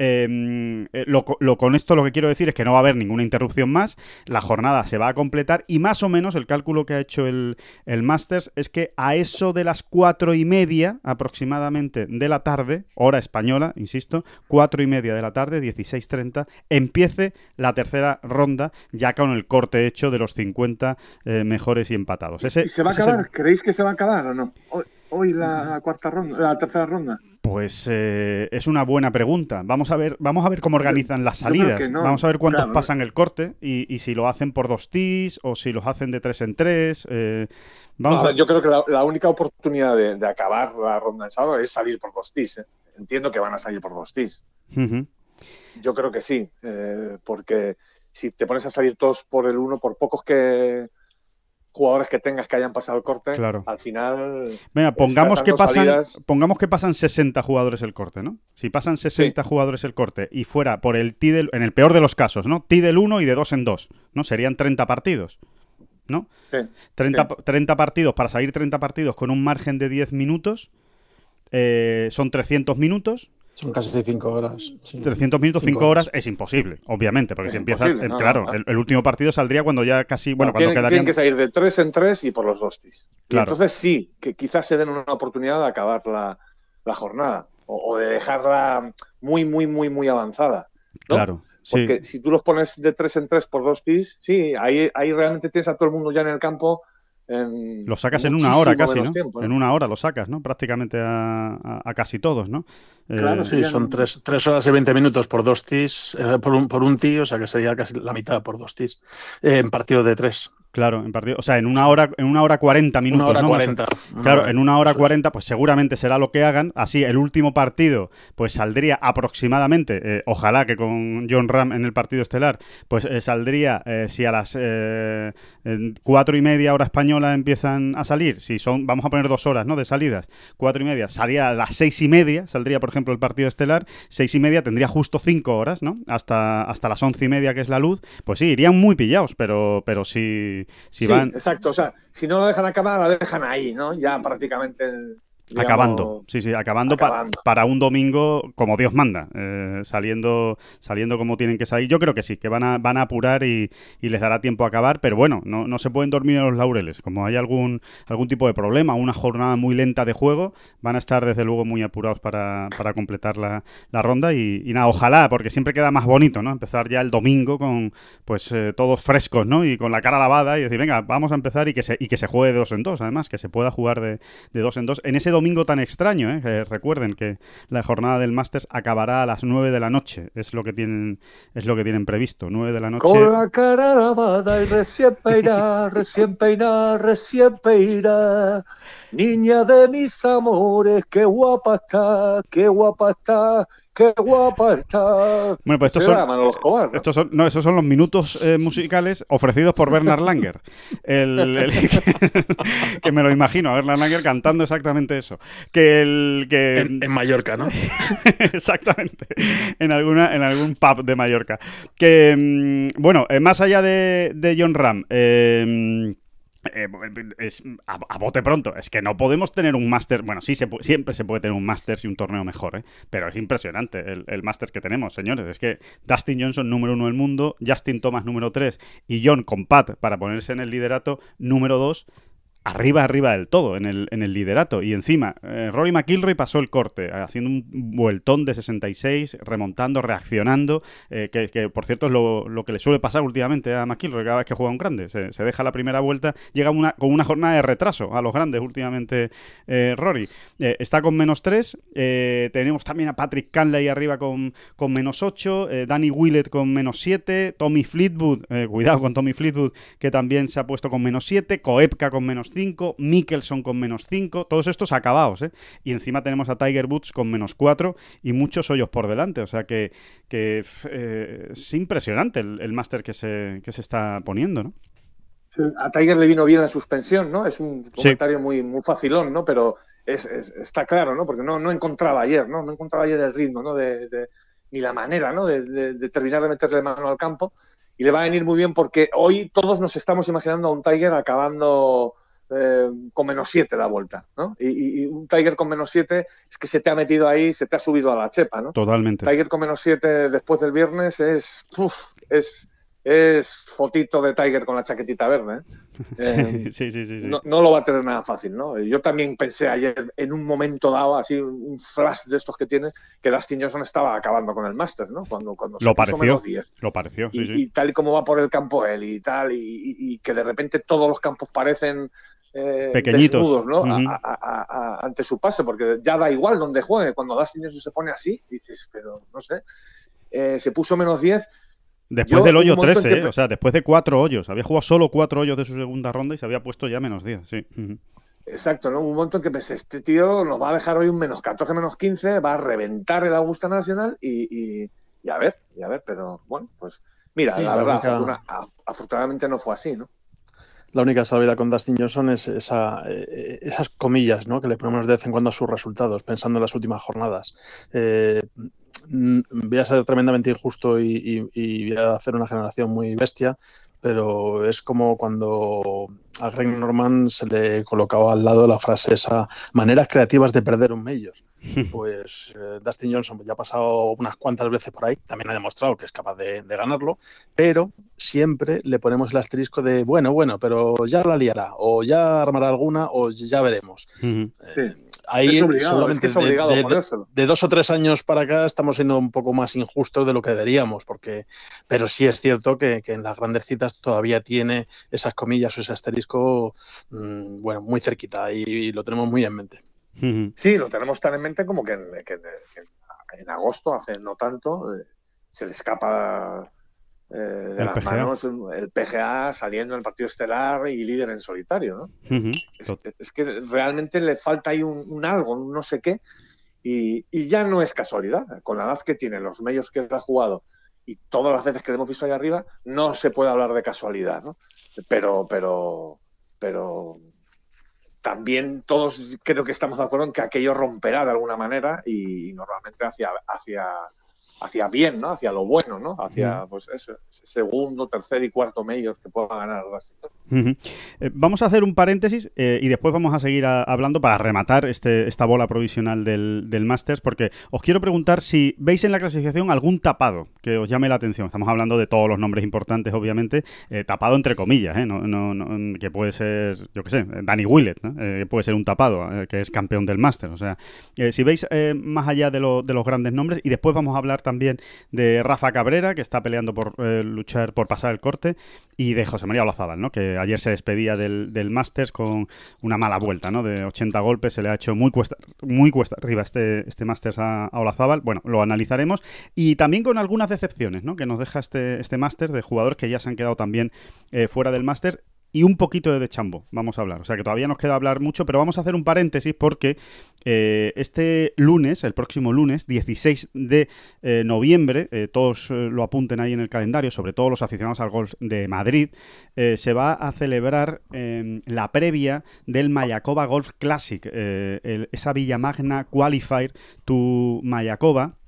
[SPEAKER 3] Con esto lo que quiero decir es que no va a haber ninguna interrupción más. La jornada se va a completar y más o menos el cálculo que ha hecho el Masters es que a eso de las 4:30 aproximadamente de la tarde, hora española, insisto, 4:30 de la tarde, 16:30, empiece la tercera ronda ya con el corte hecho de los 50 mejores y empatados.
[SPEAKER 4] ¿Y se va a acabar? ¿Creéis que se va a acabar o no? Hoy la cuarta ronda, la tercera ronda.
[SPEAKER 3] Pues es una buena pregunta. Vamos a ver cómo organizan las salidas. No. Vamos a ver cuántos pasan el corte y si lo hacen por 2 tees o si los hacen de 3 en 3.
[SPEAKER 4] Yo creo que la única oportunidad de acabar la ronda en sábado es salir por 2 tees. Entiendo que van a salir por 2 tees. Yo creo que sí, porque si te pones a salir todos por el 1, por pocos jugadores que tengas que hayan pasado el corte, claro, al final...
[SPEAKER 3] Venga, pongamos que pasan 60 jugadores el corte, ¿no? Si pasan 60 jugadores el corte y fuera por el tee en el peor de los casos, ¿no? Tee del 1 y de 2 en 2, ¿no? Serían 30 partidos, ¿no?
[SPEAKER 4] Sí.
[SPEAKER 3] 30 partidos, para salir 30 partidos con un margen de 10 minutos, son 300 minutos.
[SPEAKER 5] Son casi 5 horas. Sí.
[SPEAKER 3] 300 minutos, 5 horas es imposible, obviamente, porque si empiezas... claro, el último partido saldría cuando ya casi... Bueno, cuando quedarían...
[SPEAKER 4] Tienen que salir de 3 en 3 y por los 2 tees.
[SPEAKER 3] Claro.
[SPEAKER 4] Y entonces sí, que quizás se den una oportunidad de acabar la jornada o de dejarla muy, muy, muy, muy avanzada, ¿no?
[SPEAKER 3] Claro.
[SPEAKER 4] Porque si tú los pones de 3 en 3 por 2 tees, sí, ahí realmente tienes a todo el mundo ya en el campo.
[SPEAKER 3] Lo sacas en una hora casi, ¿no?
[SPEAKER 4] Tiempo, ¿no?
[SPEAKER 3] En una hora lo sacas, ¿no? Prácticamente a casi todos, ¿no?
[SPEAKER 5] Claro, sí, son 3 horas y 20 minutos por 2 tees, por un tee, o sea que sería casi la mitad por 2 tees, en partido de 3.
[SPEAKER 3] Claro, en partido, o sea, en una hora 40 minutos.
[SPEAKER 5] Una hora
[SPEAKER 3] ¿no?
[SPEAKER 5] 40.
[SPEAKER 3] Claro, en una hora 40, pues seguramente será lo que hagan. Así, el último partido, pues saldría aproximadamente, ojalá que con Jon Rahm en el partido estelar, pues saldría, si a las 4:30 hora española empiezan a salir, si son, vamos a poner 2 horas, ¿no? De salidas, 4:30, salía a las 6:30, saldría, por ejemplo, el partido estelar, 6:30 tendría justo 5 horas, ¿no? Hasta las 11:30, que es la luz, pues sí, irían muy pillados, pero sí.
[SPEAKER 4] Sí,
[SPEAKER 3] van...
[SPEAKER 4] exacto. O sea, si no lo dejan acabar, la dejan ahí, ¿no? Ya prácticamente... Digamos,
[SPEAKER 3] acabando. Para un domingo como Dios manda, saliendo como tienen que salir. Yo creo que sí, que van a apurar y les dará tiempo a acabar, pero bueno, no se pueden dormir en los laureles. Como hay algún tipo de problema, una jornada muy lenta de juego, van a estar desde luego muy apurados para completar la ronda y nada, ojalá, porque siempre queda más bonito, ¿no? Empezar ya el domingo con pues todos frescos, ¿no? Y con la cara lavada y decir, venga, vamos a empezar y que se juegue de 2 en 2, además, que se pueda jugar de 2 en 2 en ese domingo tan extraño, recuerden que la jornada del Masters acabará a las 9 de la noche, es lo que tienen previsto, 9 de la noche.
[SPEAKER 4] Con la cara lavada y recién peinada, niña de mis amores, qué guapa está, qué guapa está. ¡Qué guapa está!
[SPEAKER 3] Bueno, pues esos son los minutos musicales ofrecidos por Bernard Langer. Que me lo imagino, a Bernard Langer cantando exactamente eso.
[SPEAKER 5] En Mallorca, ¿no?
[SPEAKER 3] Exactamente. En algún pub de Mallorca. Que, bueno, más allá de Jon Rahm... es a bote pronto, es que no podemos tener un Masters, bueno, sí, siempre se puede tener un Masters y un torneo mejor, pero es impresionante el Masters que tenemos, señores. Es que Dustin Johnson, número 1 del mundo, Justin Thomas, número 3, y John con Pat, para ponerse en el liderato, número 2, arriba del todo en el liderato. Y encima, Rory McIlroy pasó el corte, haciendo un vueltón de 66, remontando, reaccionando, que por cierto es lo que le suele pasar últimamente a McIlroy cada vez que juega un grande. Se deja la primera vuelta, llega con una jornada de retraso a los grandes últimamente Rory. Está con -3, tenemos también a Patrick Cantlay arriba con -8, Danny Willett con -7, Tommy Fleetwood, cuidado con Tommy Fleetwood, que también se ha puesto con -7, Koepka con -5, Mickelson con -5, todos estos acabados, y encima tenemos a Tiger Woods con -4 y muchos hoyos por delante, o sea que es impresionante el máster que se está poniendo, ¿no?
[SPEAKER 4] A Tiger le vino bien la suspensión, ¿no? Es un comentario muy, muy facilón, ¿no? Pero está claro, ¿no? Porque no encontraba ayer, ¿no? No encontraba ayer el ritmo, ¿no? Ni la manera, ¿no? De terminar de meterle mano al campo. Y le va a venir muy bien porque hoy todos nos estamos imaginando a un Tiger acabando con -7 la vuelta, ¿no? Y un Tiger con -7 es que se te ha metido ahí, se te ha subido a la chepa, ¿no?
[SPEAKER 3] Totalmente.
[SPEAKER 4] Tiger con -7 después del viernes es fotito de Tiger con la chaquetita verde, ¿eh?
[SPEAKER 3] Sí.
[SPEAKER 4] No lo va a tener nada fácil, ¿no? Yo también pensé ayer, en un momento dado, así, un flash de estos que tienes, que Dustin Johnson estaba acabando con el Masters, ¿no? Cuando se
[SPEAKER 3] lo
[SPEAKER 4] puso
[SPEAKER 3] pareció,
[SPEAKER 4] -10.
[SPEAKER 3] lo pareció, sí.
[SPEAKER 4] Y tal y como va por el campo él y tal, y que de repente todos los campos parecen
[SPEAKER 3] pequeñitos,
[SPEAKER 4] desnudos, ¿no? Ante su pase, porque ya da igual donde juegue. Cuando Dustin Johnson se pone así, dices, pero no sé, se puso -10.
[SPEAKER 3] Después del hoyo 13, o sea, después de 4 hoyos. Había jugado solo 4 hoyos de su segunda ronda y se había puesto ya -10, sí.
[SPEAKER 4] Exacto, ¿no? Un momento en que pensé, este tío nos va a dejar hoy un -14, -15, va a reventar el Augusta Nacional y a ver, pero bueno, pues mira, sí, la verdad, afortunadamente no fue así, ¿no?
[SPEAKER 5] La única salvedad con Dustin Johnson es esas comillas, ¿no? Que le ponemos de vez en cuando a sus resultados, pensando en las últimas jornadas. Voy a ser tremendamente injusto y voy a hacer una generación muy bestia, pero es como cuando a Greg Norman se le colocaba al lado la frase esa, maneras creativas de perder un Major. Pues Dustin Johnson ya ha pasado unas cuantas veces por ahí, también ha demostrado que es capaz de ganarlo, pero siempre le ponemos el asterisco de bueno, pero ya la liará, o ya armará alguna, o ya veremos.
[SPEAKER 4] Sí.
[SPEAKER 5] Ahí
[SPEAKER 4] es obligado ponérselo.
[SPEAKER 5] De 2 o 3 años para acá estamos siendo un poco más injustos de lo que deberíamos, pero sí es cierto que en las grandes citas todavía tiene esas comillas o ese asterisco muy cerquita y lo tenemos muy en mente.
[SPEAKER 4] Sí, lo tenemos tan en mente como que en agosto, hace no tanto, se le escapa de las manos el PGA saliendo en el partido estelar y líder en solitario, ¿no? Es que realmente le falta ahí un algo, un no sé qué, y ya no es casualidad. Con la edad que tiene, los medios que ha jugado y todas las veces que le hemos visto ahí arriba, no se puede hablar de casualidad, ¿no? Pero también todos creo que estamos de acuerdo en que aquello romperá de alguna manera y normalmente hacia bien, ¿no? Hacia lo bueno, ¿no? Hacia pues ese segundo, tercer y cuarto major que pueda ganar.
[SPEAKER 3] Vamos a hacer un paréntesis y después vamos a seguir hablando para rematar esta bola provisional del Masters, porque os quiero preguntar si veis en la clasificación algún tapado que os llame la atención. Estamos hablando de todos los nombres importantes, obviamente, tapado entre comillas, no, que puede ser, yo qué sé, Danny Willett, ¿no? Puede ser un tapado, que es campeón del Masters. O sea, si veis más allá de los grandes nombres, y después vamos a hablar también de Rafa Cabrera, que está peleando por luchar por pasar el corte, y de José María Olazábal, ¿no? Que ayer se despedía del Masters con una mala vuelta, ¿no? De 80 golpes, se le ha hecho muy cuesta arriba este Masters a Olazábal. Bueno, lo analizaremos, y también con algunas decepciones, ¿no? Que nos deja este Masters de jugadores que ya se han quedado también fuera del Masters. Y un poquito de Chambo vamos a hablar. O sea que todavía nos queda hablar mucho, pero vamos a hacer un paréntesis porque este lunes, el próximo lunes, 16 de noviembre, todos lo apunten ahí en el calendario, sobre todo los aficionados al golf de Madrid, se va a celebrar la previa del Mayakoba Golf Classic, esa Villamagna Qualifier to Mayakoba,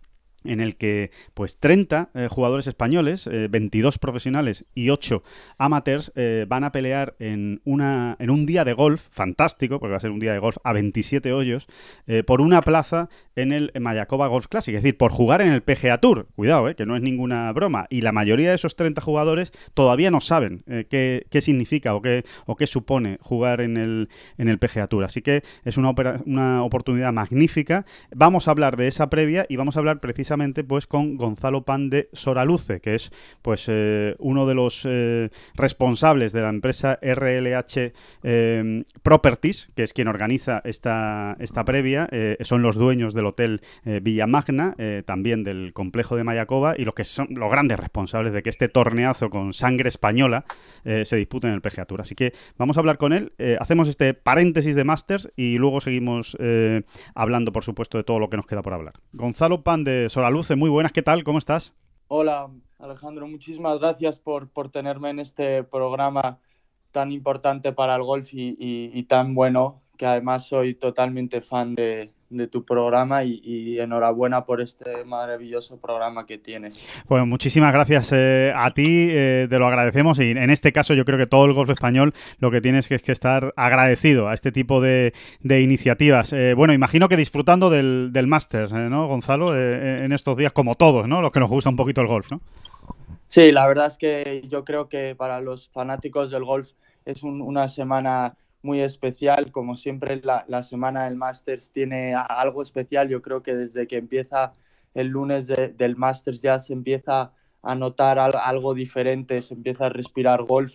[SPEAKER 3] en el que pues 30 jugadores españoles, 22 profesionales y 8 amateurs van a pelear en un día de golf fantástico, porque va a ser un día de golf a 27 hoyos, por una plaza en el Mayakoba Golf Classic, es decir, por jugar en el PGA Tour. Cuidado, que no es ninguna broma. Y la mayoría de esos 30 jugadores todavía no saben qué significa o qué supone jugar en el PGA Tour. Así que es una oportunidad magnífica. Vamos a hablar de esa previa y vamos a hablar precisamente pues con Gonzalo Pan de Soraluce, que es pues uno de los responsables de la empresa RLH Properties, que es quien organiza esta previa. Son los dueños del hotel Villa Magna, también del complejo de Mayakoba, y los que son los grandes responsables de que este torneazo con sangre española se dispute en el PGA Tour. Así que vamos a hablar con él, hacemos este paréntesis de Masters y luego seguimos hablando, por supuesto, de todo lo que nos queda por hablar. Gonzalo Pan de Soraluce, muy buenas, ¿qué tal? ¿Cómo estás?
[SPEAKER 7] Hola, Alejandro, muchísimas gracias por tenerme en este programa tan importante para el golf y tan bueno, que además soy totalmente fan de tu programa y enhorabuena por este maravilloso programa que tienes.
[SPEAKER 3] Pues muchísimas gracias a ti, te lo agradecemos, y en este caso yo creo que todo el golf español lo que tienes es que estar agradecido a este tipo de iniciativas. Bueno, imagino que disfrutando del Masters, ¿no, Gonzalo? En estos días, como todos, ¿no? Los que nos gusta un poquito el golf, ¿no?
[SPEAKER 7] Sí, la verdad es que yo creo que para los fanáticos del golf es una semana muy especial. Como siempre, la semana del Masters tiene algo especial. Yo creo que desde que empieza el lunes del Masters ya se empieza a notar algo diferente, se empieza a respirar golf.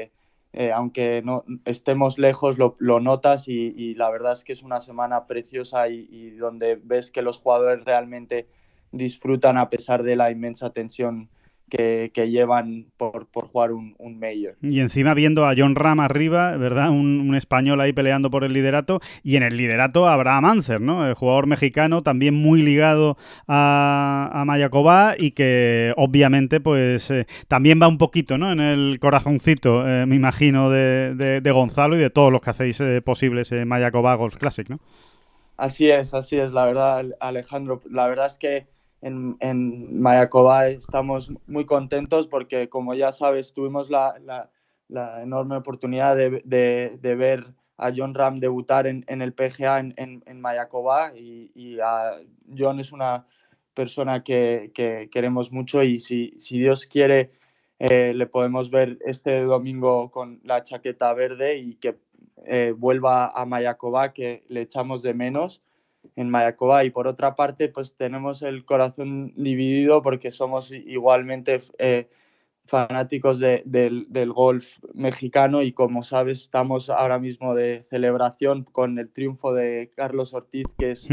[SPEAKER 7] Aunque no estemos lejos, lo notas y la verdad es que es una semana preciosa y donde ves que los jugadores realmente disfrutan a pesar de la inmensa tensión que llevan por jugar un Major.
[SPEAKER 3] Y encima viendo a Jon Rahm arriba, ¿verdad? Un español ahí peleando por el liderato, y en el liderato a Abraham Ancer, ¿no? El jugador mexicano también muy ligado a Mayakoba y que obviamente pues también va un poquito, ¿no? En el corazoncito, me imagino, de Gonzalo y de todos los que hacéis posible ese Mayakoba Golf Classic, ¿no?
[SPEAKER 7] Así es, la verdad, Alejandro. La verdad es que en Mayakoba estamos muy contentos porque, como ya sabes, tuvimos la enorme oportunidad de ver a Jon Rahm debutar en el PGA en Mayakoba y Jon es una persona que queremos mucho y si Dios quiere le podemos ver este domingo con la chaqueta verde y que vuelva a Mayakoba, que le echamos de menos en Mayakoba. Y por otra parte, pues tenemos el corazón dividido porque somos igualmente fanáticos del golf mexicano y, como sabes, estamos ahora mismo de celebración con el triunfo de Carlos Ortiz, que es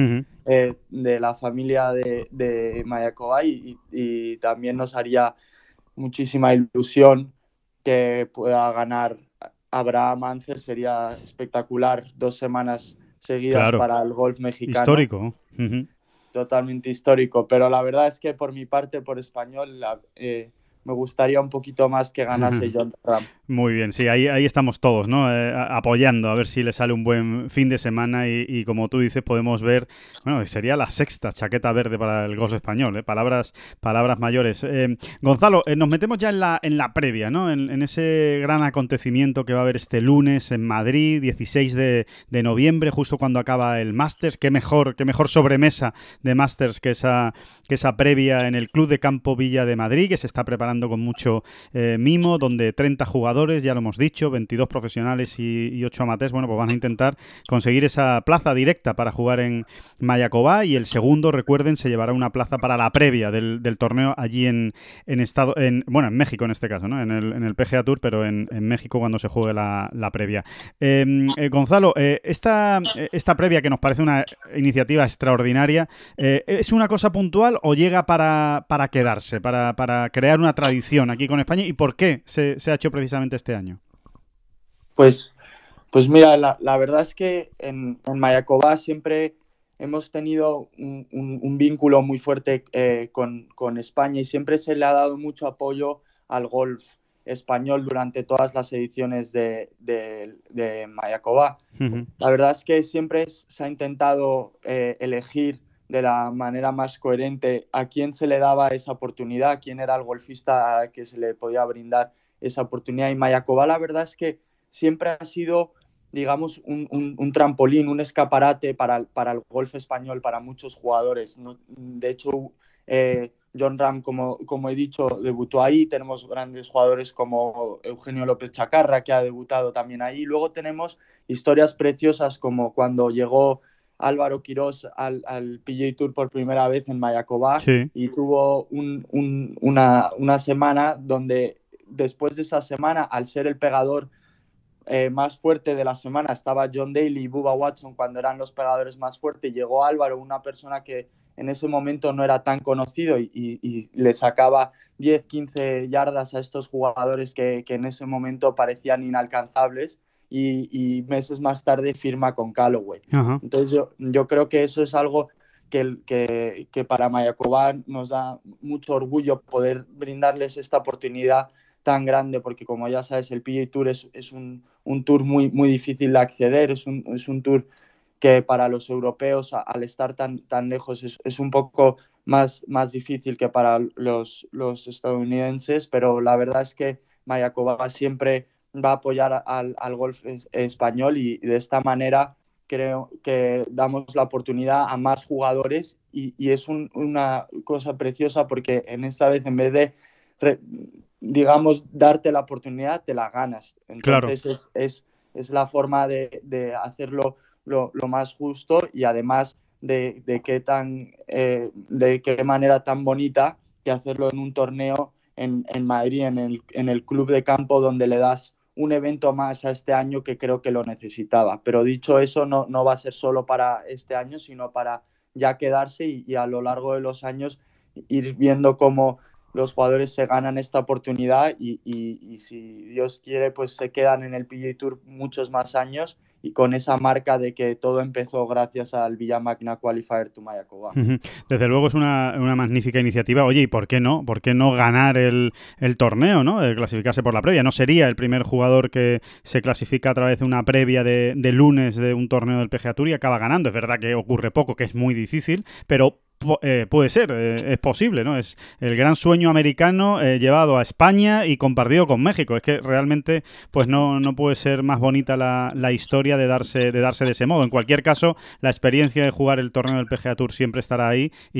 [SPEAKER 7] de la familia de Mayakoba y también nos haría muchísima ilusión que pueda ganar Abraham Ancer. Sería espectacular, 2 semanas seguidas, claro, para el golf mexicano.
[SPEAKER 3] Histórico.
[SPEAKER 7] Totalmente histórico, pero la verdad es que por mi parte, por español, me gustaría un poquito más que ganase Jon Rahm.
[SPEAKER 3] Muy bien, sí, ahí estamos todos, ¿no? Apoyando a ver si le sale un buen fin de semana y como tú dices, podemos ver, bueno, sería la 6ª chaqueta verde para el golf español, palabras mayores. Gonzalo, nos metemos ya en la previa, ¿no? En ese gran acontecimiento que va a haber este lunes en Madrid, 16 de noviembre, justo cuando acaba el Masters. Qué mejor sobremesa de Masters que esa previa en el Club de Campo Villa de Madrid, que se está preparando con mucho mimo, donde 30 jugadores, ya lo hemos dicho, 22 profesionales y 8 amateurs, bueno, pues van a intentar conseguir esa plaza directa para jugar en Mayakoba, y el segundo, recuerden, se llevará una plaza para la previa del torneo allí en México en este caso, ¿no? En el PGA Tour, pero en México cuando se juegue la previa. Gonzalo, esta previa, que nos parece una iniciativa extraordinaria, ¿es una cosa puntual o llega para quedarse, para crear una tradición aquí con España? ¿Y por qué se ha hecho precisamente este año?
[SPEAKER 7] Pues mira, la verdad es que en Mayakoba siempre hemos tenido un vínculo muy fuerte con España y siempre se le ha dado mucho apoyo al golf español durante todas las ediciones de Mayakoba. La verdad es que siempre se ha intentado elegir de la manera más coherente a quién se le daba esa oportunidad, quién era el golfista a que se le podía brindar esa oportunidad. Y Mayaková, la verdad es que siempre ha sido, digamos, un trampolín, un escaparate para el golf español, para muchos jugadores. De hecho, Jon Rahm, como he dicho, debutó ahí. Tenemos grandes jugadores como Eugenio López Chacarra, que ha debutado también ahí. Luego tenemos historias preciosas como cuando llegó Álvaro Quirós al PGA Tour por primera vez en Mayaková,
[SPEAKER 3] Sí.
[SPEAKER 7] y tuvo una semana donde, después de esa semana, al ser el pegador más fuerte de la semana, estaba John Daly y Bubba Watson cuando eran los pegadores más fuertes, y llegó Álvaro, una persona que en ese momento no era tan conocido, y le sacaba 10, 15 yardas a estos jugadores que en ese momento parecían inalcanzables, y meses más tarde firma con Callaway.
[SPEAKER 3] Ajá.
[SPEAKER 7] Entonces yo creo que eso es algo que para Mayaková nos da mucho orgullo poder brindarles esta oportunidad tan grande, porque como ya sabes, el PGA Tour es un tour muy, muy difícil de acceder, es un tour que para los europeos, al estar tan lejos, es un poco más difícil que para los estadounidenses, pero la verdad es que Mayaková siempre va a apoyar al golf español, y de esta manera creo que damos la oportunidad a más jugadores, y es una cosa preciosa, porque en esta vez, en vez de digamos, darte la oportunidad, te la ganas. Entonces, claro, es la forma de hacerlo lo más justo, y además de qué manera tan bonita que hacerlo en un torneo en Madrid, en el club de campo, donde le das un evento más a este año, que creo que lo necesitaba. Pero dicho eso, no va a ser solo para este año, sino para ya quedarse, y a lo largo de los años ir viendo cómo los jugadores se ganan esta oportunidad, y si Dios quiere, pues se quedan en el PGA Tour muchos más años, y con esa marca de que todo empezó gracias al Villa Magna Qualifier to Mayaková.
[SPEAKER 3] Desde luego es una magnífica iniciativa. Oye, ¿y por qué no? ¿Por qué no ganar el torneo, ¿no? Clasificarse por la previa. No sería el primer jugador que se clasifica a través de una previa de lunes de un torneo del PGA Tour y acaba ganando. Es verdad que ocurre poco, que es muy difícil, pero puede ser, es posible, ¿no? Es el gran sueño americano llevado a España y compartido con México. Es que realmente pues no puede ser más bonita la historia de darse de ese modo. En cualquier caso, la experiencia de jugar el torneo del PGA Tour siempre estará ahí, y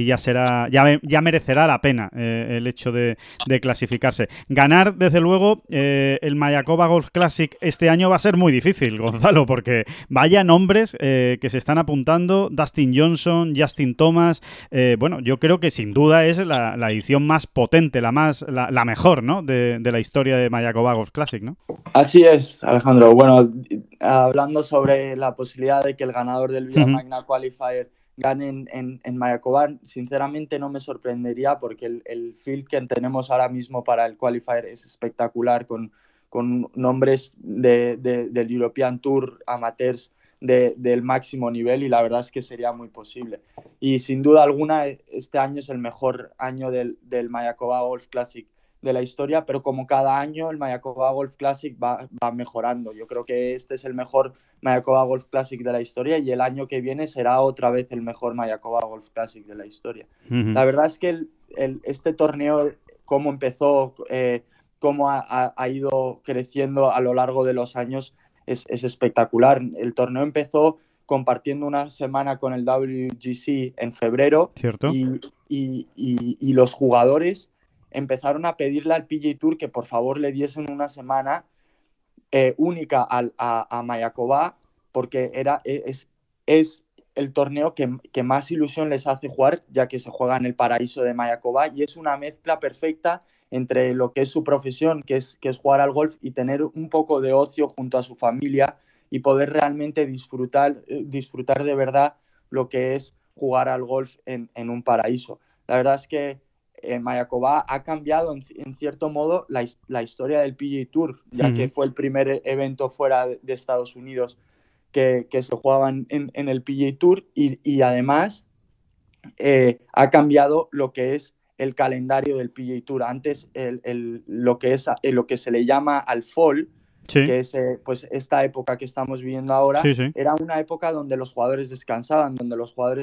[SPEAKER 3] ya merecerá la pena el hecho de clasificarse. Ganar, desde luego, el Mayaková Golf Classic este año va a ser muy difícil, Gonzalo, porque vaya nombres que se están apuntando: Dustin Johnson, Justin Thomas. Bueno, yo creo que sin duda es la edición más potente, la mejor, ¿no? de la historia de Mayaková Golf Classic, ¿no?
[SPEAKER 7] Así es, Alejandro. Bueno, hablando sobre la posibilidad de que el ganador del Villa Magna Qualifier gane en Mayaková, sinceramente no me sorprendería, porque el field que tenemos ahora mismo para el Qualifier es espectacular, con nombres del European Tour, amateurs del máximo nivel, y la verdad es que sería muy posible. Y sin duda alguna, este año es el mejor año del Mayaková Golf Classic de la historia, pero como cada año el Mayaková Golf Classic va mejorando. Yo creo que este es el mejor Mayaková Golf Classic de la historia, y el año que viene será otra vez el mejor Mayaková Golf Classic de la historia. La verdad es que este torneo, cómo empezó, cómo ha ido creciendo a lo largo de los años, es espectacular. El torneo empezó compartiendo una semana con el WGC en febrero.
[SPEAKER 3] ¿Cierto?
[SPEAKER 7] Y los jugadores empezaron a pedirle al PGA Tour que por favor le diesen una semana única a Mayaková, porque es el torneo que más ilusión les hace jugar, ya que se juega en el paraíso de Mayaková, y es una mezcla perfecta entre lo que es su profesión, que es jugar al golf, y tener un poco de ocio junto a su familia, y poder realmente disfrutar de verdad lo que es jugar al golf en un paraíso. La verdad es que Mayaková ha cambiado en cierto modo la historia del PGA Tour, ya que fue el primer evento fuera de Estados Unidos que se jugaban en el PGA Tour, y además ha cambiado lo que es el calendario del PGA Tour. Antes lo que se le llama al fall, sí, que es pues esta época que estamos viviendo ahora, sí, era una época donde los jugadores descansaban, donde los jugadores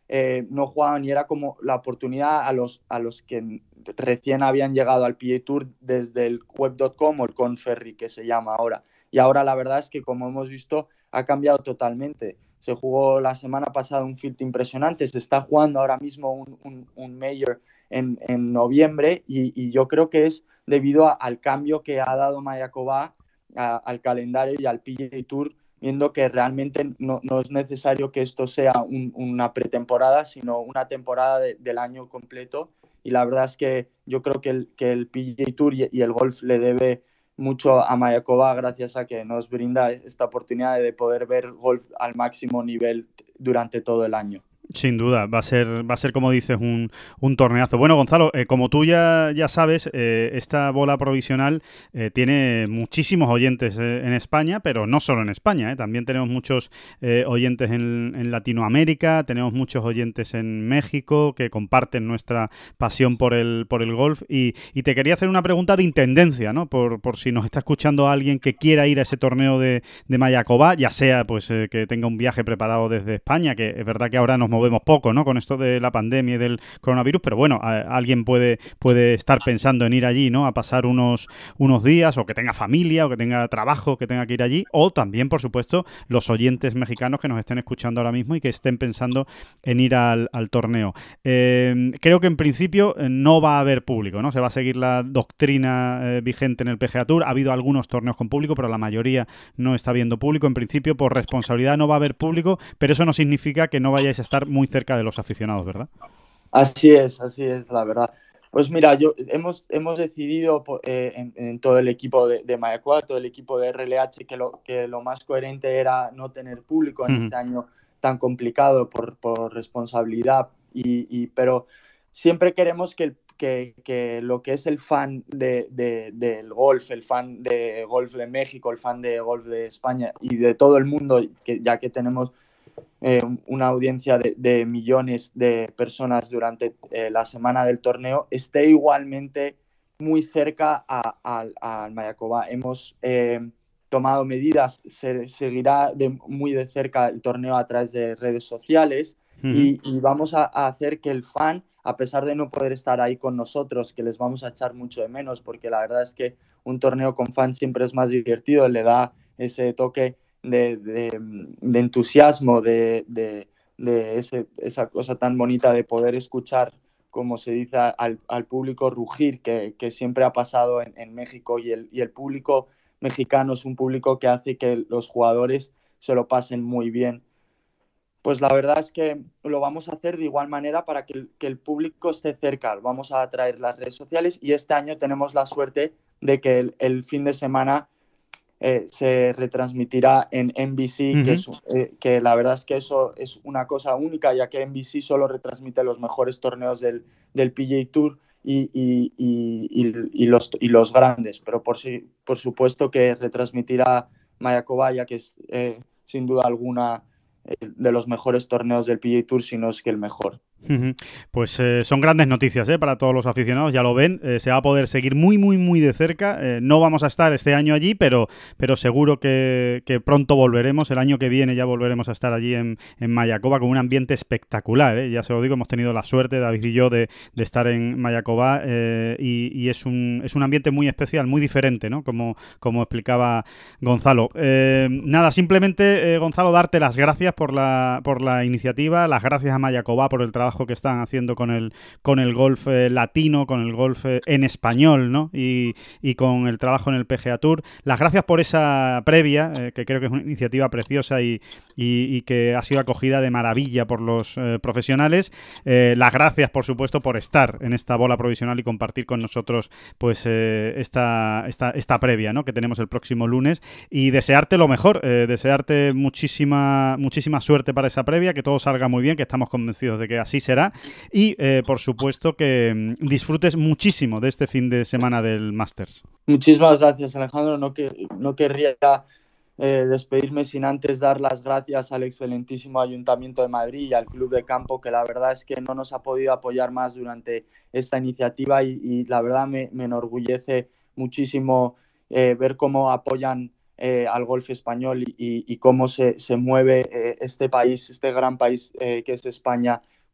[SPEAKER 7] no jugaban y era como la oportunidad a los que recién habían llegado al PGA Tour desde el web.com o el Conferry, que se llama ahora. Y ahora la verdad es que, como hemos visto, ha cambiado totalmente. Se jugó la semana pasada un field impresionante, se está jugando ahora mismo un Major en noviembre y yo creo que es debido al cambio que ha dado Mayaková al calendario y al PGA Tour, viendo que realmente no es necesario que esto sea una pretemporada, sino una temporada del año completo. Y la verdad es que yo creo que el PGA Tour y el golf le debe mucho a Mayaková, gracias a que nos brinda esta oportunidad de poder ver golf al máximo nivel durante todo el año.
[SPEAKER 3] Sin duda, va a ser como dices, un torneazo. Bueno, Gonzalo, como tú ya sabes, esta bola provisional tiene muchísimos oyentes en España, pero no solo en España, también tenemos muchos oyentes en Latinoamérica, tenemos muchos oyentes en México que comparten nuestra pasión por el golf y te quería hacer una pregunta de intendencia, ¿no? Por si nos está escuchando alguien que quiera ir a ese torneo de Mayaková, ya sea pues que tenga un viaje preparado desde España, que es verdad que ahora nos movemos poco, ¿no? Con esto de la pandemia y del coronavirus, pero bueno, alguien puede estar pensando en ir allí, ¿no? A pasar unos días, o que tenga familia, o que tenga trabajo, que tenga que ir allí, o también, por supuesto, los oyentes mexicanos que nos estén escuchando ahora mismo y que estén pensando en ir al torneo. Creo que en principio no va a haber público, ¿no? Se va a seguir la doctrina vigente en el PGA Tour. Ha habido algunos torneos con público, pero la mayoría no está habiendo público. En principio, por responsabilidad no va a haber público, pero eso no significa que no vayáis a estar muy cerca de los aficionados, ¿verdad?
[SPEAKER 7] Así es, la verdad. Pues mira, hemos decidido en todo el equipo de Mayaková, todo el equipo de RLH, que lo más coherente era no tener público en este año tan complicado por responsabilidad, pero siempre queremos que lo que es el fan del golf, el fan de golf de México, el fan de golf de España y de todo el mundo, ya que tenemos una audiencia de millones de personas durante la semana del torneo, esté igualmente muy cerca al Mayaková. Hemos tomado medidas, se seguirá muy de cerca el torneo a través de redes sociales y vamos a hacer que el fan, a pesar de no poder estar ahí con nosotros, que les vamos a echar mucho de menos, porque la verdad es que un torneo con fans siempre es más divertido, le da ese toque de entusiasmo, de esa cosa tan bonita de poder escuchar, como se dice, al público rugir, que siempre ha pasado en México, y el público mexicano es un público que hace que los jugadores se lo pasen muy bien. Pues la verdad es que lo vamos a hacer de igual manera para que el público esté cerca. Vamos a traer las redes sociales y este año tenemos la suerte de que el fin de semana se retransmitirá en NBC, que la verdad es que eso es una cosa única, ya que NBC solo retransmite los mejores torneos del PGA Tour y los grandes, pero por supuesto que retransmitirá Mayaková, ya que es sin duda alguna de los mejores torneos del PGA Tour, si no es que el mejor.
[SPEAKER 3] Pues son grandes noticias para todos los aficionados, ya lo ven, se va a poder seguir muy muy muy de cerca. No vamos a estar este año allí, pero seguro que pronto volveremos. El año que viene ya volveremos a estar allí en Mayaková con un ambiente espectacular, ya se lo digo, hemos tenido la suerte, David y yo, de estar en Mayaková y es un ambiente muy especial, muy diferente, ¿no? Como explicaba Gonzalo. Nada, simplemente Gonzalo, darte las gracias por la iniciativa, las gracias a Mayaková por el trabajo que están haciendo con el golf latino, con el golf en español, ¿no? Y con el trabajo en el PGA Tour. Las gracias por esa previa, que creo que es una iniciativa preciosa y que ha sido acogida de maravilla por los profesionales. Las gracias, por supuesto, por estar en esta bola provisional y compartir con nosotros pues esta previa, ¿no? Que tenemos el próximo lunes, y desearte lo mejor, desearte muchísima suerte para esa previa, que todo salga muy bien, que estamos convencidos de que así será, y por supuesto que disfrutes muchísimo de este fin de semana del Masters.
[SPEAKER 7] Muchísimas gracias, Alejandro. No querría despedirme sin antes dar las gracias al excelentísimo Ayuntamiento de Madrid y al Club de Campo, que la verdad es que no nos ha podido apoyar más durante esta iniciativa y la verdad me enorgullece muchísimo ver cómo apoyan al golf español y cómo se mueve este país, este gran país que es España,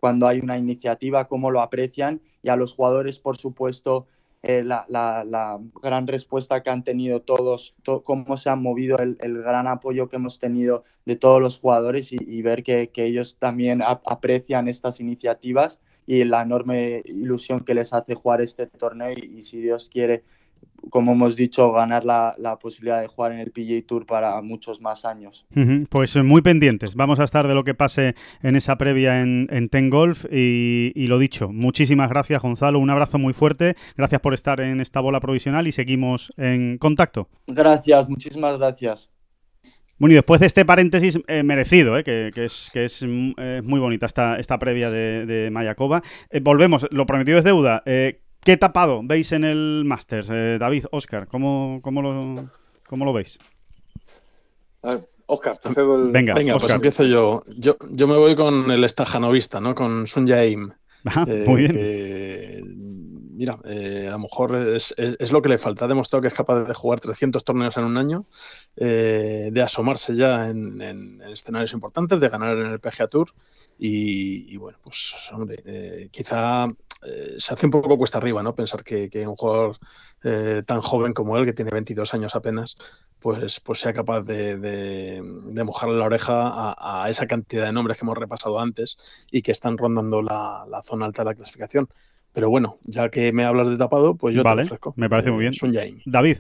[SPEAKER 7] cuando hay una iniciativa, cómo lo aprecian, y a los jugadores, por supuesto, la gran respuesta que han tenido todos, cómo se han movido, el gran apoyo que hemos tenido de todos los jugadores y ver que ellos también aprecian estas iniciativas y la enorme ilusión que les hace jugar este torneo y si Dios quiere, como hemos dicho, ganar la posibilidad de jugar en el PGA Tour para muchos más años.
[SPEAKER 3] Pues muy pendientes. Vamos a estar de lo que pase en esa previa en Ten Golf y lo dicho, muchísimas gracias, Gonzalo, un abrazo muy fuerte, gracias por estar en esta bola provisional y seguimos en contacto.
[SPEAKER 7] Gracias, muchísimas gracias.
[SPEAKER 3] Bueno, y después de este paréntesis merecido, que es muy bonita esta previa de Mayakoba, volvemos, lo prometido es deuda. ¿Qué tapado veis en el Masters? David, Óscar, ¿cómo lo veis?
[SPEAKER 4] Óscar, te cedo el...
[SPEAKER 5] Venga, pues empiezo yo. Yo me voy con el estajanovista, ¿no? Con Sun Jae-im.
[SPEAKER 3] Muy bien.
[SPEAKER 5] Mira, a lo mejor es lo que le falta. Ha demostrado que es capaz de jugar 300 torneos en un año, de asomarse ya en escenarios importantes, de ganar en el PGA Tour y bueno, pues hombre, quizá se hace un poco cuesta arriba, ¿no? Pensar que un jugador tan joven como él, que tiene 22 años apenas, pues sea capaz de mojarle la oreja a esa cantidad de nombres que hemos repasado antes y que están rondando la zona alta de la clasificación. Pero bueno, ya que me hablas de tapado, pues yo te lo ofrezco.
[SPEAKER 3] Me parece muy bien.
[SPEAKER 5] Sun Jae-im.
[SPEAKER 3] David.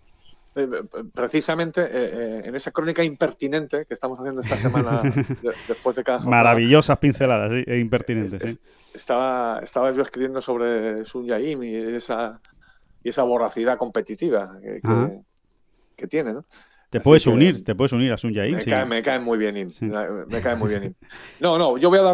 [SPEAKER 4] Precisamente en esa crónica impertinente que estamos haciendo esta semana después de cada jornada,
[SPEAKER 3] maravillosas pinceladas, ¿sí? E impertinentes, sí.
[SPEAKER 4] Estaba yo escribiendo sobre Sun Jae-im y esa voracidad competitiva que tiene, ¿no?
[SPEAKER 3] Te puedes unir a Sun Jae-im.
[SPEAKER 4] Me cae muy bien Im. Sí. Me cae muy bien Im. No, yo voy a dar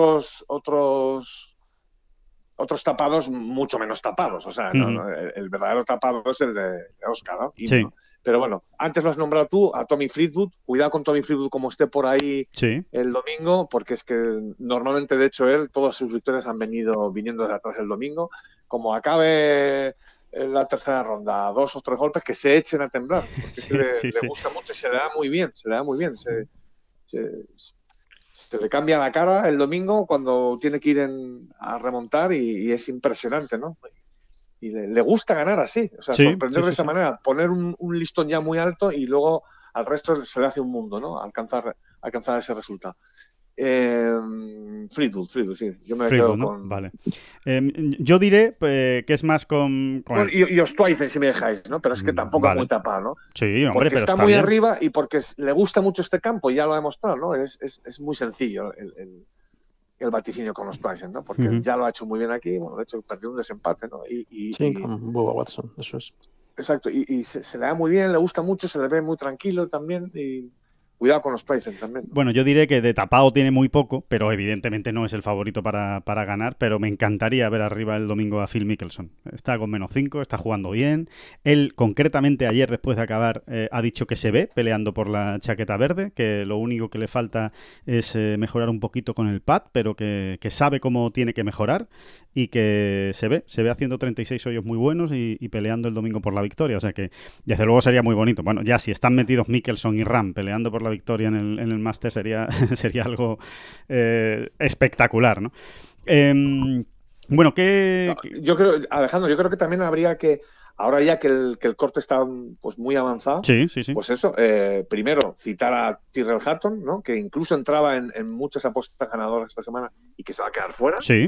[SPEAKER 4] otros tapados mucho menos tapados, o sea, el verdadero tapado es el de Óscar, ¿no?
[SPEAKER 3] Sí.
[SPEAKER 4] ¿no? Pero bueno, antes lo has nombrado tú, a Tommy Fleetwood. Cuidado con Tommy Fleetwood como esté por ahí el domingo, porque es que normalmente, de hecho, todas sus victorias han viniendo desde atrás el domingo. Como acabe la tercera ronda, 2 o 3 golpes, que se echen a temblar, porque le gusta mucho y se le da muy bien, se le cambia la cara el domingo cuando tiene que ir a remontar y es impresionante, ¿no? Y le gusta ganar así, o sea, sorprender de esa manera, poner un listón ya muy alto y luego al resto se le hace un mundo, ¿no? Alcanzar ese resultado. Fleetwood, sí. Yo me quedo
[SPEAKER 3] ¿no?
[SPEAKER 4] con...
[SPEAKER 3] Vale. Yo diré que es más con
[SPEAKER 4] bueno, y Ostwaizen, si me dejáis, ¿no? Pero es que tampoco es muy tapado, ¿no?
[SPEAKER 3] Sí, hombre,
[SPEAKER 4] porque
[SPEAKER 3] pero
[SPEAKER 4] está muy bien arriba y porque le gusta mucho este campo y ya lo ha demostrado, ¿no? Es muy sencillo el vaticinio con Ostwaizen, ¿no? Porque ya lo ha hecho muy bien aquí, bueno, de hecho perdió un desempate, ¿no?
[SPEAKER 5] Con Bubba Watson, eso es.
[SPEAKER 4] Exacto, y se le da muy bien, le gusta mucho, se le ve muy tranquilo también y... Cuidado con los Playzen también.
[SPEAKER 3] Bueno, yo diré que de tapado tiene muy poco, pero evidentemente no es el favorito para ganar, pero me encantaría ver arriba el domingo a Phil Mickelson. Está con -5, está jugando bien. Él, concretamente, ayer, después de acabar, ha dicho que se ve peleando por la chaqueta verde, que lo único que le falta es mejorar un poquito con el pad, pero que sabe cómo tiene que mejorar y que se ve haciendo 36 hoyos muy buenos y peleando el domingo por la victoria. O sea que, desde luego, sería muy bonito. Bueno, ya si están metidos Mickelson y Ram peleando por la victoria en el Máster sería algo espectacular, ¿no? Bueno,
[SPEAKER 4] yo creo, Alejandro, yo creo que también habría que, ahora ya que el corte está pues muy avanzado,
[SPEAKER 3] sí.
[SPEAKER 4] Pues eso, primero citar a Tyrrell Hatton, ¿no? Que incluso entraba en muchas apuestas ganadoras esta semana y que se va a quedar fuera.
[SPEAKER 3] Sí.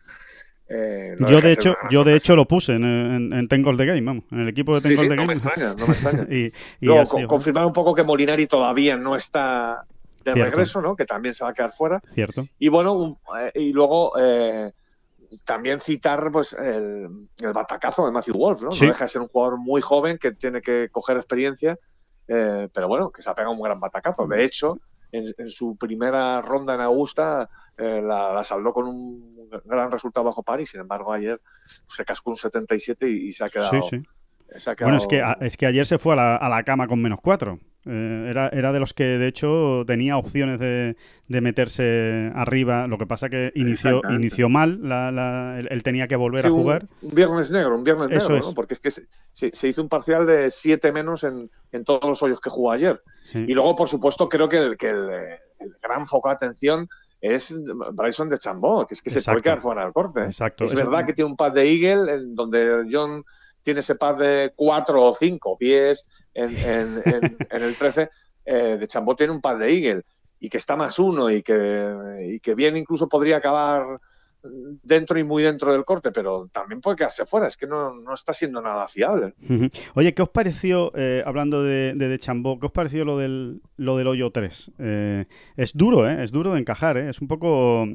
[SPEAKER 3] Yo de hecho lo puse en Ten Golf The Game, vamos, en el equipo de Ten Golf The Game.
[SPEAKER 4] No me extraña. y luego, confirmar un poco que Molinari todavía no está de regreso, ¿no? Que también se va a quedar fuera.
[SPEAKER 3] Cierto.
[SPEAKER 4] Y bueno, y luego también citar pues el batacazo de Matthew Wolff, ¿no? No deja de ser un jugador muy joven que tiene que coger experiencia, pero bueno, que se ha pegado un gran batacazo. De hecho, en su primera ronda en Augusta la saldó con un gran resultado bajo par y sin embargo ayer se cascó un 77 y se ha quedado...
[SPEAKER 3] Sí. Bueno, es que ayer se fue a la cama con -4. Era de los que de hecho tenía opciones de meterse arriba. Lo que pasa que inició mal, él tenía que volver a jugar.
[SPEAKER 4] Un viernes negro,
[SPEAKER 3] Eso
[SPEAKER 4] ¿no?
[SPEAKER 3] es.
[SPEAKER 4] Porque es que se hizo un parcial de 7 menos en todos los hoyos que jugó ayer.
[SPEAKER 3] Sí.
[SPEAKER 4] Y luego, por supuesto, creo que el gran foco de atención es Bryson DeChambeau, que es que se puede
[SPEAKER 3] Exacto.
[SPEAKER 4] quedar fuera del corte.
[SPEAKER 3] Exacto.
[SPEAKER 4] Es
[SPEAKER 3] Eso-
[SPEAKER 4] verdad que tiene un pad de Eagle en donde John tiene ese pad de 4 o 5 pies en el 13. DeChambeau tiene un pad de Eagle y que está +1 y que bien incluso podría acabar dentro y muy dentro del corte, pero también puede quedarse fuera. Es que no está siendo nada fiable.
[SPEAKER 3] Ujú. Oye, ¿qué os pareció, hablando de DeChambeau, qué os pareció lo del hoyo 3? Es duro, es duro de encajar, es un poco,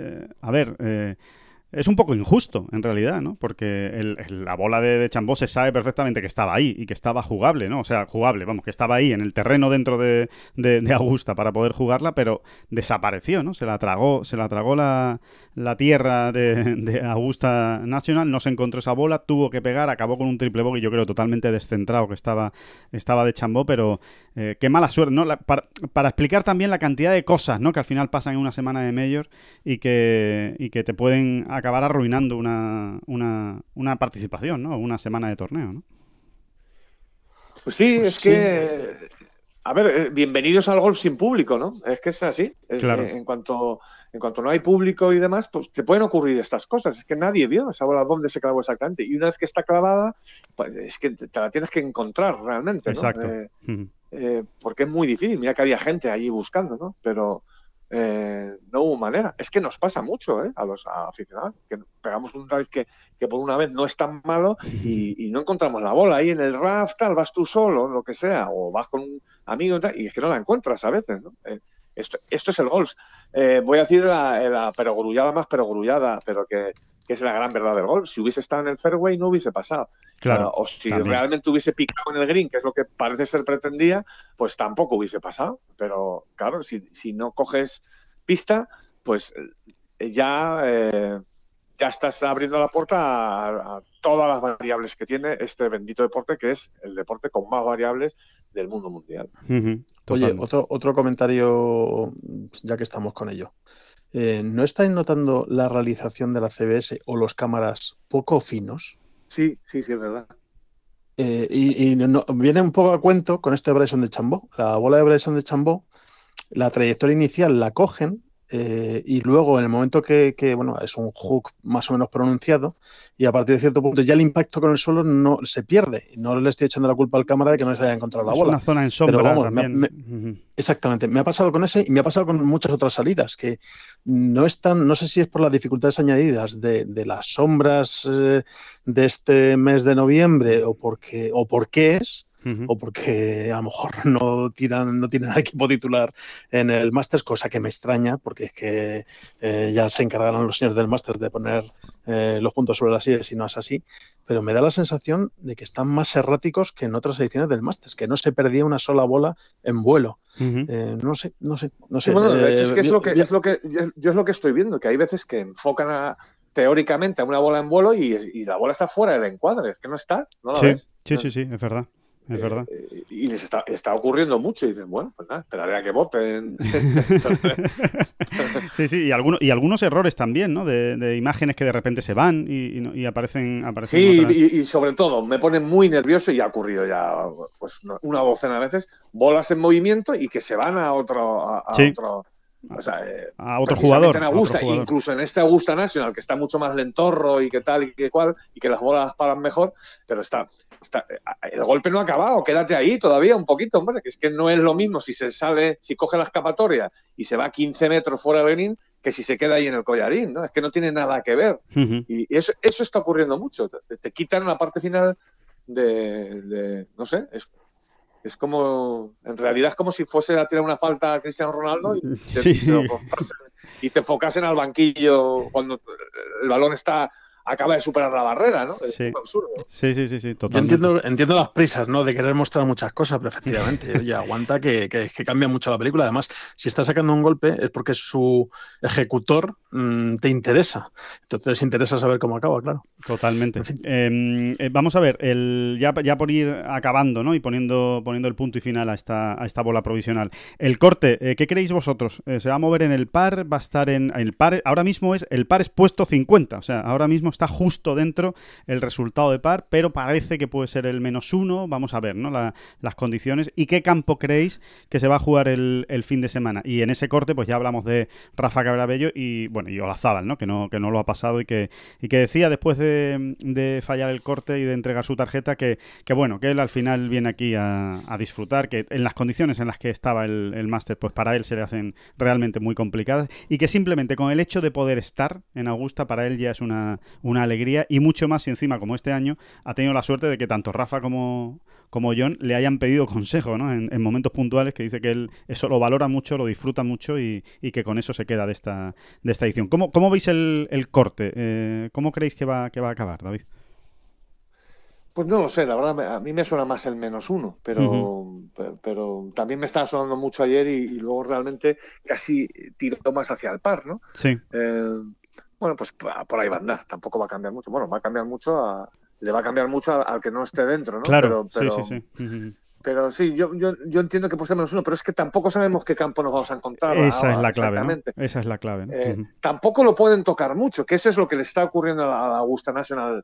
[SPEAKER 3] es un poco injusto, en realidad, ¿no? Porque la bola de DeChambeau se sabe perfectamente que estaba ahí y que estaba jugable, ¿no? O sea, jugable, vamos, que estaba ahí en el terreno dentro de Augusta para poder jugarla, pero desapareció, ¿no? Se la tragó la tierra de Augusta National, no se encontró esa bola, tuvo que pegar, acabó con un triple bogey, yo creo, totalmente descentrado que estaba DeChambeau, pero qué mala suerte, ¿no? Para explicar también la cantidad de cosas, ¿no? Que al final pasan en una semana de Major y que te pueden acabar arruinando una participación, ¿no? Una semana de torneo, ¿no?
[SPEAKER 4] Pues sí, es que... A ver, bienvenidos al golf sin público, ¿no? Es que es así.
[SPEAKER 3] Claro.
[SPEAKER 4] En cuanto no hay público y demás, pues te pueden ocurrir estas cosas. Es que nadie vio esa bola dónde se clavó exactamente. Y una vez que está clavada, pues es que te la tienes que encontrar realmente, ¿no?
[SPEAKER 3] Exacto.
[SPEAKER 4] Porque es muy difícil. Mira que había gente allí buscando, ¿no? Pero no hubo manera. Es que nos pasa mucho, a los aficionados, que pegamos un drive que por una vez no es tan malo y no encontramos la bola ahí en el raft, tal, vas tú solo, lo que sea, o vas con un amigo tal, y es que no la encuentras a veces, ¿no? Esto es el golf. Voy a decir la perogrullada más perogrullada, pero que es la gran verdad del golf. Si hubiese estado en el fairway no hubiese pasado.
[SPEAKER 3] Claro,
[SPEAKER 4] o si
[SPEAKER 3] también.
[SPEAKER 4] realmente hubiese picado en el green, que es lo que parece ser pretendía, pues tampoco hubiese pasado. Pero claro, si no coges pista, pues ya estás abriendo la puerta a todas las variables que tiene este bendito deporte, que es el deporte con más variables del mundo mundial.
[SPEAKER 5] Oye, otro comentario, ya que estamos con ello. ¿No estáis notando la realización de la CBS o los cámaras poco finos?
[SPEAKER 4] Sí, es verdad.
[SPEAKER 5] Viene un poco a cuento con esto de Bryson DeChambeau. La bola de Bryson DeChambeau, la trayectoria inicial la cogen y luego en el momento que bueno, es un hook más o menos pronunciado y a partir de cierto punto ya el impacto con el suelo no se pierde. No le estoy echando la culpa al cámara de que no se haya encontrado la bola.
[SPEAKER 3] Es una zona en sombra.
[SPEAKER 5] Pero vamos,
[SPEAKER 3] también.
[SPEAKER 5] Exactamente. Me ha pasado con ese y me ha pasado con muchas otras salidas que no están, no sé si es por las dificultades añadidas de las sombras de este mes de noviembre o por qué es. O porque a lo mejor no tienen equipo titular en el Masters, cosa que me extraña, porque es que ya se encargarán los señores del Masters de poner los puntos sobre las sillas y no es así, pero me da la sensación de que están más erráticos que en otras ediciones del Masters, que no se perdía una sola bola en vuelo. No sé.
[SPEAKER 4] Sí, bueno, de hecho es que yo es lo que estoy viendo, que hay veces que enfocan teóricamente a una bola en vuelo y la bola está fuera del encuadre, es que no está, ¿no la ves?
[SPEAKER 3] Sí, es verdad. Es verdad.
[SPEAKER 4] Y les está ocurriendo mucho y dicen, bueno, pues nada, esperaré a que voten.
[SPEAKER 3] Sí, y algunos errores también, ¿no? De imágenes que de repente se van y aparecen
[SPEAKER 4] sí,
[SPEAKER 3] otras.
[SPEAKER 4] y sobre todo, me pone muy nervioso y ha ocurrido ya pues una docena de veces, bolas en movimiento y que se van a otro... O sea,
[SPEAKER 3] a otro jugador.
[SPEAKER 4] En Augusta, incluso en este Augusta National, que está mucho más lentorro y que tal y que cual, y que las bolas paran mejor, pero el golpe no ha acabado, quédate ahí todavía un poquito, hombre, que es que no es lo mismo si coge la escapatoria y se va 15 metros fuera del green, que si se queda ahí en el collarín, ¿no? Es que no tiene nada que ver. Y eso está ocurriendo mucho. Te quitan la parte final de no sé, es como, en realidad es como si fuese a tirar una falta a Cristiano Ronaldo y te enfocasen al banquillo cuando el balón acaba de superar la barrera, ¿no? Es absurdo.
[SPEAKER 3] Sí, totalmente.
[SPEAKER 5] Yo entiendo las prisas, ¿no? De querer mostrar muchas cosas, pero efectivamente, oye, aguanta que cambia mucho la película. Además, si está sacando un golpe es porque su ejecutor te interesa. Entonces interesa saber cómo acaba, claro.
[SPEAKER 3] Totalmente.
[SPEAKER 5] En fin.
[SPEAKER 3] Vamos a ver, ya por ir acabando, ¿no? Y poniendo el punto y final a esta bola provisional. El corte, ¿qué creéis vosotros? ¿Se va a mover en el par? ¿Va a estar en el par? Ahora mismo el par es puesto 50, o sea, ahora mismo está justo dentro el resultado de par, pero parece que puede ser el -1. Vamos a ver, ¿no? Las condiciones y qué campo creéis que se va a jugar el fin de semana. Y en ese corte, pues ya hablamos de Rafa Cabrabello y Olazábal, ¿no? Que no lo ha pasado y que decía después de fallar el corte y de entregar su tarjeta que él al final viene aquí a disfrutar, que en las condiciones en las que estaba el máster, pues para él se le hacen realmente muy complicadas y que simplemente con el hecho de poder estar en Augusta para él ya es una alegría y mucho más si encima como este año ha tenido la suerte de que tanto Rafa como John le hayan pedido consejo, ¿no? En momentos puntuales, que dice que él eso lo valora mucho, lo disfruta mucho y que con eso se queda de esta edición. ¿Cómo veis el corte? ¿Cómo creéis que va a acabar, David?
[SPEAKER 4] Pues no lo sé, la verdad, a mí me suena más el -1, pero también me estaba sonando mucho ayer y luego realmente casi tiró más hacia el par, ¿no?
[SPEAKER 3] Sí.
[SPEAKER 4] Bueno, pues por ahí va a andar, tampoco va a cambiar mucho. Bueno, va a cambiar mucho, le va a cambiar mucho al que no esté dentro, ¿no?
[SPEAKER 3] Claro,
[SPEAKER 4] sí.
[SPEAKER 3] Uh-huh.
[SPEAKER 4] Pero sí, yo entiendo que puede ser -1, pero es que tampoco sabemos qué campo nos vamos a encontrar.
[SPEAKER 3] Esa es la clave, ¿no? Esa es la clave, ¿no?
[SPEAKER 4] Uh-huh. Tampoco lo pueden tocar mucho, que eso es lo que le está ocurriendo a la Augusta National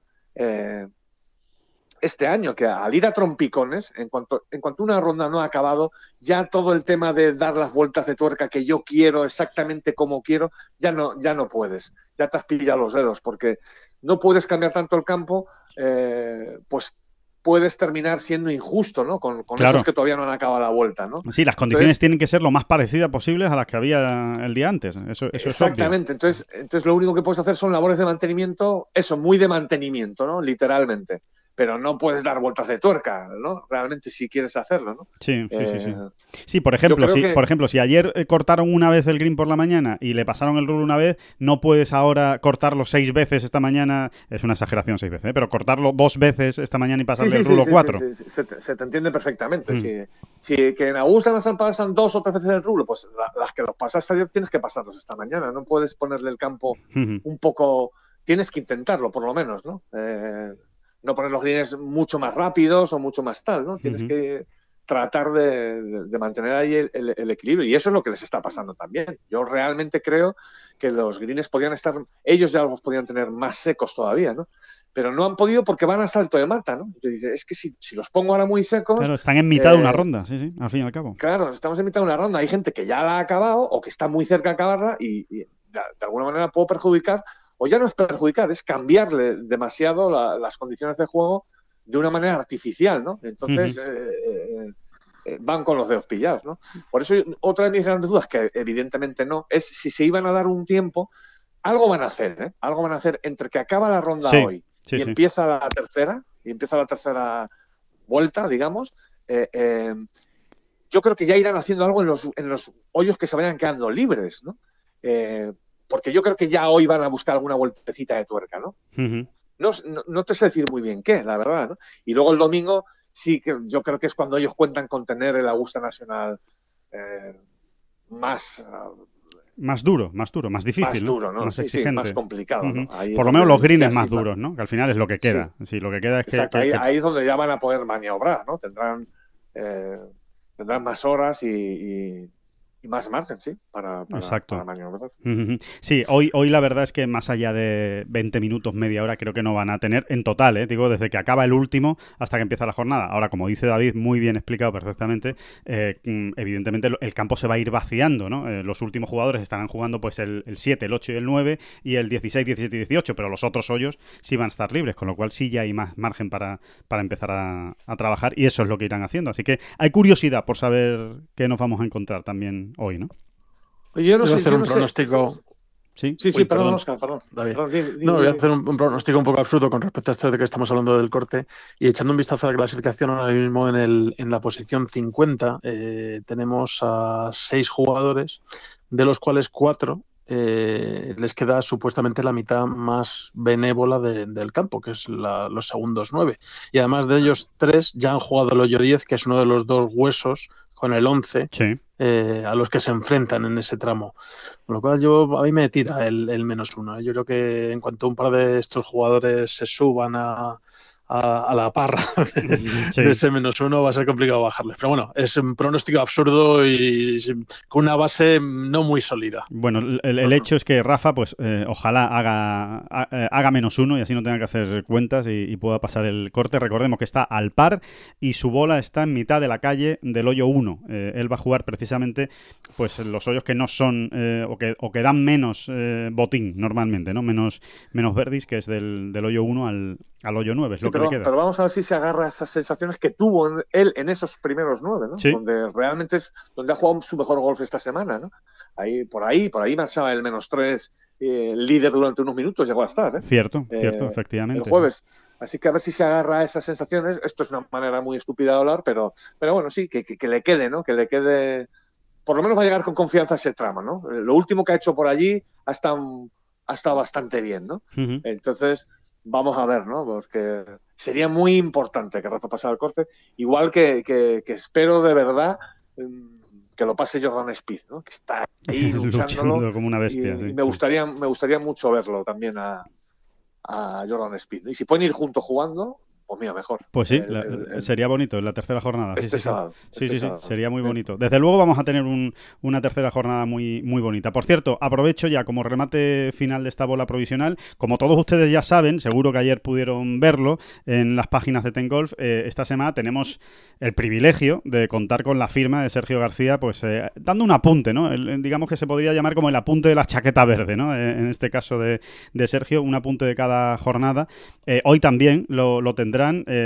[SPEAKER 4] este año, que al ir a trompicones, en cuanto una ronda no ha acabado, ya todo el tema de dar las vueltas de tuerca que yo quiero exactamente como quiero, ya no puedes, ya te has pillado los dedos, porque no puedes cambiar tanto el campo, pues puedes terminar siendo injusto, ¿no? Con
[SPEAKER 3] claro.
[SPEAKER 4] Esos que todavía no han acabado la vuelta, ¿no?
[SPEAKER 3] Sí, las condiciones tienen que ser lo más parecidas posibles a las que había el día antes. Eso
[SPEAKER 4] exactamente.
[SPEAKER 3] Es obvio.
[SPEAKER 4] Entonces lo único que puedes hacer son labores de mantenimiento, muy de mantenimiento, ¿no? Literalmente. Pero no puedes dar vueltas de tuerca, ¿no? Realmente si quieres hacerlo, ¿no?
[SPEAKER 3] Sí. Sí, por ejemplo, si ayer cortaron una vez el green por la mañana y le pasaron el rule una vez, no puedes ahora cortarlo 6 veces esta mañana, es una exageración 6 veces, pero cortarlo 2 veces esta mañana y pasarle el rule 4.
[SPEAKER 4] Sí. Se te entiende perfectamente. Si que en Augusta no pasan 2 o 3 veces el rule, pues las que los pasaste ayer tienes que pasarlos esta mañana. No puedes ponerle el campo un poco... Tienes que intentarlo, por lo menos, ¿no? No poner los greens mucho más rápidos o mucho más tal, ¿no? Tienes que tratar de mantener ahí el equilibrio, y eso es lo que les está pasando también. Yo realmente creo que los greens podían estar, ellos ya los podían tener más secos todavía, ¿no? Pero no han podido porque van a salto de mata, ¿no? Yo digo, es que si los pongo ahora muy secos...
[SPEAKER 3] Claro, están en mitad de una ronda, sí, al fin y al cabo.
[SPEAKER 4] Claro, estamos en mitad de una ronda. Hay gente que ya la ha acabado o que está muy cerca de acabarla y de alguna manera puedo perjudicar, o ya no es perjudicar, es cambiarle demasiado las condiciones de juego de una manera artificial, ¿no? Entonces van con los dedos pillados, ¿no? Por eso otra de mis grandes dudas, que evidentemente no, es si se iban a dar un tiempo, algo van a hacer, ¿eh? Algo van a hacer entre que acaba la ronda hoy y empieza la tercera vuelta, digamos. Yo creo que ya irán haciendo algo en los hoyos que se vayan quedando libres, ¿no? Porque yo creo que ya hoy van a buscar alguna vueltecita de tuerca, ¿no? No te sé decir muy bien qué, la verdad, ¿no? Y luego el domingo sí que yo creo que es cuando ellos cuentan con tener el Augusta Nacional más
[SPEAKER 3] duro, más difícil,
[SPEAKER 4] ¿no? Más exigente, más complicado, ¿no?
[SPEAKER 3] Por lo menos los greens más duros, ¿no? Que al final es lo que queda. Sí, lo que queda es
[SPEAKER 4] exacto, ahí es donde ya van a poder maniobrar, ¿no? Tendrán más horas y más margen, sí, para maniobrar.
[SPEAKER 3] Sí, hoy la verdad es que más allá de 20 minutos, media hora, creo que no van a tener en total, digo, desde que acaba el último hasta que empieza la jornada. Ahora, como dice David, muy bien explicado perfectamente, evidentemente el campo se va a ir vaciando, ¿no? Los últimos jugadores estarán jugando pues el 7, el 8 y el 9 y el 16, 17 y 18, pero los otros hoyos sí van a estar libres, con lo cual sí ya hay más margen para empezar a trabajar, y eso es lo que irán haciendo. Así que hay curiosidad por saber qué nos vamos a encontrar también hoy, ¿no?
[SPEAKER 5] Yo no sé, hacer un pronóstico.
[SPEAKER 3] Sí,
[SPEAKER 4] perdón, Óscar, perdón.
[SPEAKER 5] David. Voy a hacer un pronóstico un poco absurdo con respecto a esto de que estamos hablando del corte, y echando un vistazo a la clasificación ahora mismo en la posición 50 tenemos a 6 jugadores, de los cuales 4 les queda supuestamente la mitad más benévola del campo, que es los segundos 9, y además de ellos 3 ya han jugado el hoyo 10, que es uno de los 2 huesos con el 11 a los que se enfrentan en ese tramo, con lo cual a mí me tira el -1. Yo creo que en cuanto un par de estos jugadores se suban a a la parra
[SPEAKER 3] Sí.
[SPEAKER 5] de ese -1, va a ser complicado bajarles. Pero bueno, es un pronóstico absurdo y con una base no muy sólida.
[SPEAKER 3] Bueno, el hecho es que Rafa, pues ojalá haga -1 y así no tenga que hacer cuentas y pueda pasar el corte. Recordemos que está al par y su bola está en mitad de la calle del hoyo 1. Él va a jugar precisamente pues los hoyos que no son o que dan menos botín normalmente, ¿no? Menos birdies, que es del hoyo 1 al hoyo 9, es
[SPEAKER 4] Sí,
[SPEAKER 3] lo que le queda.
[SPEAKER 4] pero vamos a ver si se agarra a esas sensaciones que tuvo él en esos primeros 9, ¿no?
[SPEAKER 3] Sí.
[SPEAKER 4] Donde realmente es donde ha jugado su mejor golf esta semana, ¿no? Por ahí marchaba el -3, líder durante unos minutos llegó a estar, ¿eh?
[SPEAKER 3] Cierto, efectivamente.
[SPEAKER 4] El jueves. Así que a ver si se agarra a esas sensaciones. Esto es una manera muy estúpida de hablar, pero bueno, sí, que le quede, ¿no? Que le quede. Por lo menos va a llegar con confianza a ese tramo, ¿no? Lo último que ha hecho por allí ha estado bastante bien, ¿no?
[SPEAKER 3] Uh-huh.
[SPEAKER 4] Entonces, vamos a ver, ¿no? Porque sería muy importante que Rafa pasara el corte, igual que espero de verdad que lo pase Jordan Spieth, ¿no? Que está ahí
[SPEAKER 3] luchando como una bestia.
[SPEAKER 4] Y
[SPEAKER 3] sí.
[SPEAKER 4] me gustaría mucho verlo también a Jordan Spieth, ¿no? Y si pueden ir juntos jugando, pues mira, mejor.
[SPEAKER 3] Pues sí, sería bonito en la tercera jornada.
[SPEAKER 4] Sábado.
[SPEAKER 3] Sí, sería muy bonito. Desde luego vamos a tener una tercera jornada muy, muy bonita. Por cierto, aprovecho ya como remate final de esta bola provisional. Como todos ustedes ya saben, seguro que ayer pudieron verlo en las páginas de Ten Golf, esta semana tenemos el privilegio de contar con la firma de Sergio García, pues dando un apunte, ¿no? Digamos que se podría llamar como el apunte de la chaqueta verde, ¿no? En este caso de Sergio, un apunte de cada jornada. Hoy también lo tendrán.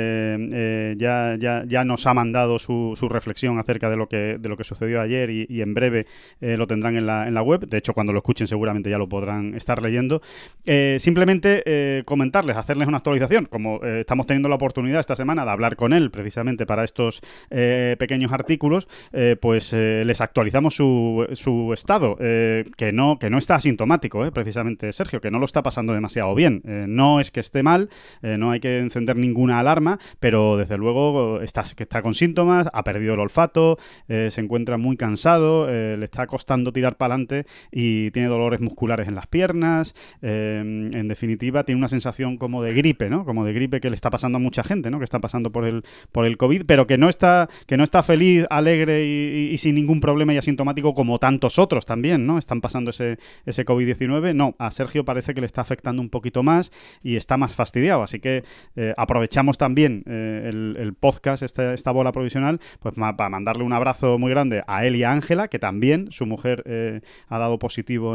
[SPEAKER 3] Ya nos ha mandado su reflexión acerca de lo que sucedió ayer y en breve lo tendrán en la web. De hecho, cuando lo escuchen seguramente ya lo podrán estar leyendo. Simplemente comentarles, hacerles una actualización. Como estamos teniendo la oportunidad esta semana de hablar con él precisamente para estos pequeños artículos, pues les actualizamos su estado, que no está asintomático, precisamente Sergio, que no lo está pasando demasiado bien. No es que esté mal, no hay que encender ninguna alarma, pero desde luego está con síntomas, ha perdido el olfato, se encuentra muy cansado, le está costando tirar para adelante y tiene dolores musculares en las piernas. En definitiva, tiene una sensación como de gripe, ¿no? Como de gripe que le está pasando a mucha gente, ¿no? Que está pasando por el COVID, pero que no está feliz, alegre y sin ningún problema y asintomático como tantos otros también, ¿no? Están pasando ese COVID-19. No, a Sergio parece que le está afectando un poquito más y está más fastidiado, así que aprovechamos también el podcast, esta bola provisional, pues para mandarle un abrazo muy grande a él y a Ángela, que también su mujer ha dado positivo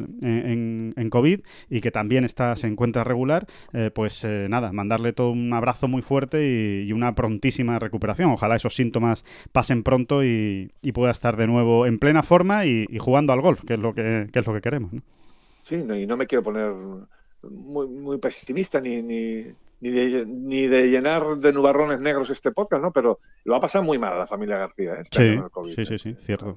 [SPEAKER 3] en COVID y que también se encuentra regular. Nada, mandarle todo un abrazo muy fuerte y una prontísima recuperación. Ojalá esos síntomas pasen pronto y pueda estar de nuevo en plena forma y jugando al golf, que es lo que queremos, ¿no?
[SPEAKER 4] Sí, y no me quiero poner muy, muy pesimista ni de llenar de nubarrones negros este podcast, ¿no? Pero lo ha pasado muy mal a la familia García, ¿eh?
[SPEAKER 3] Sí, cierto.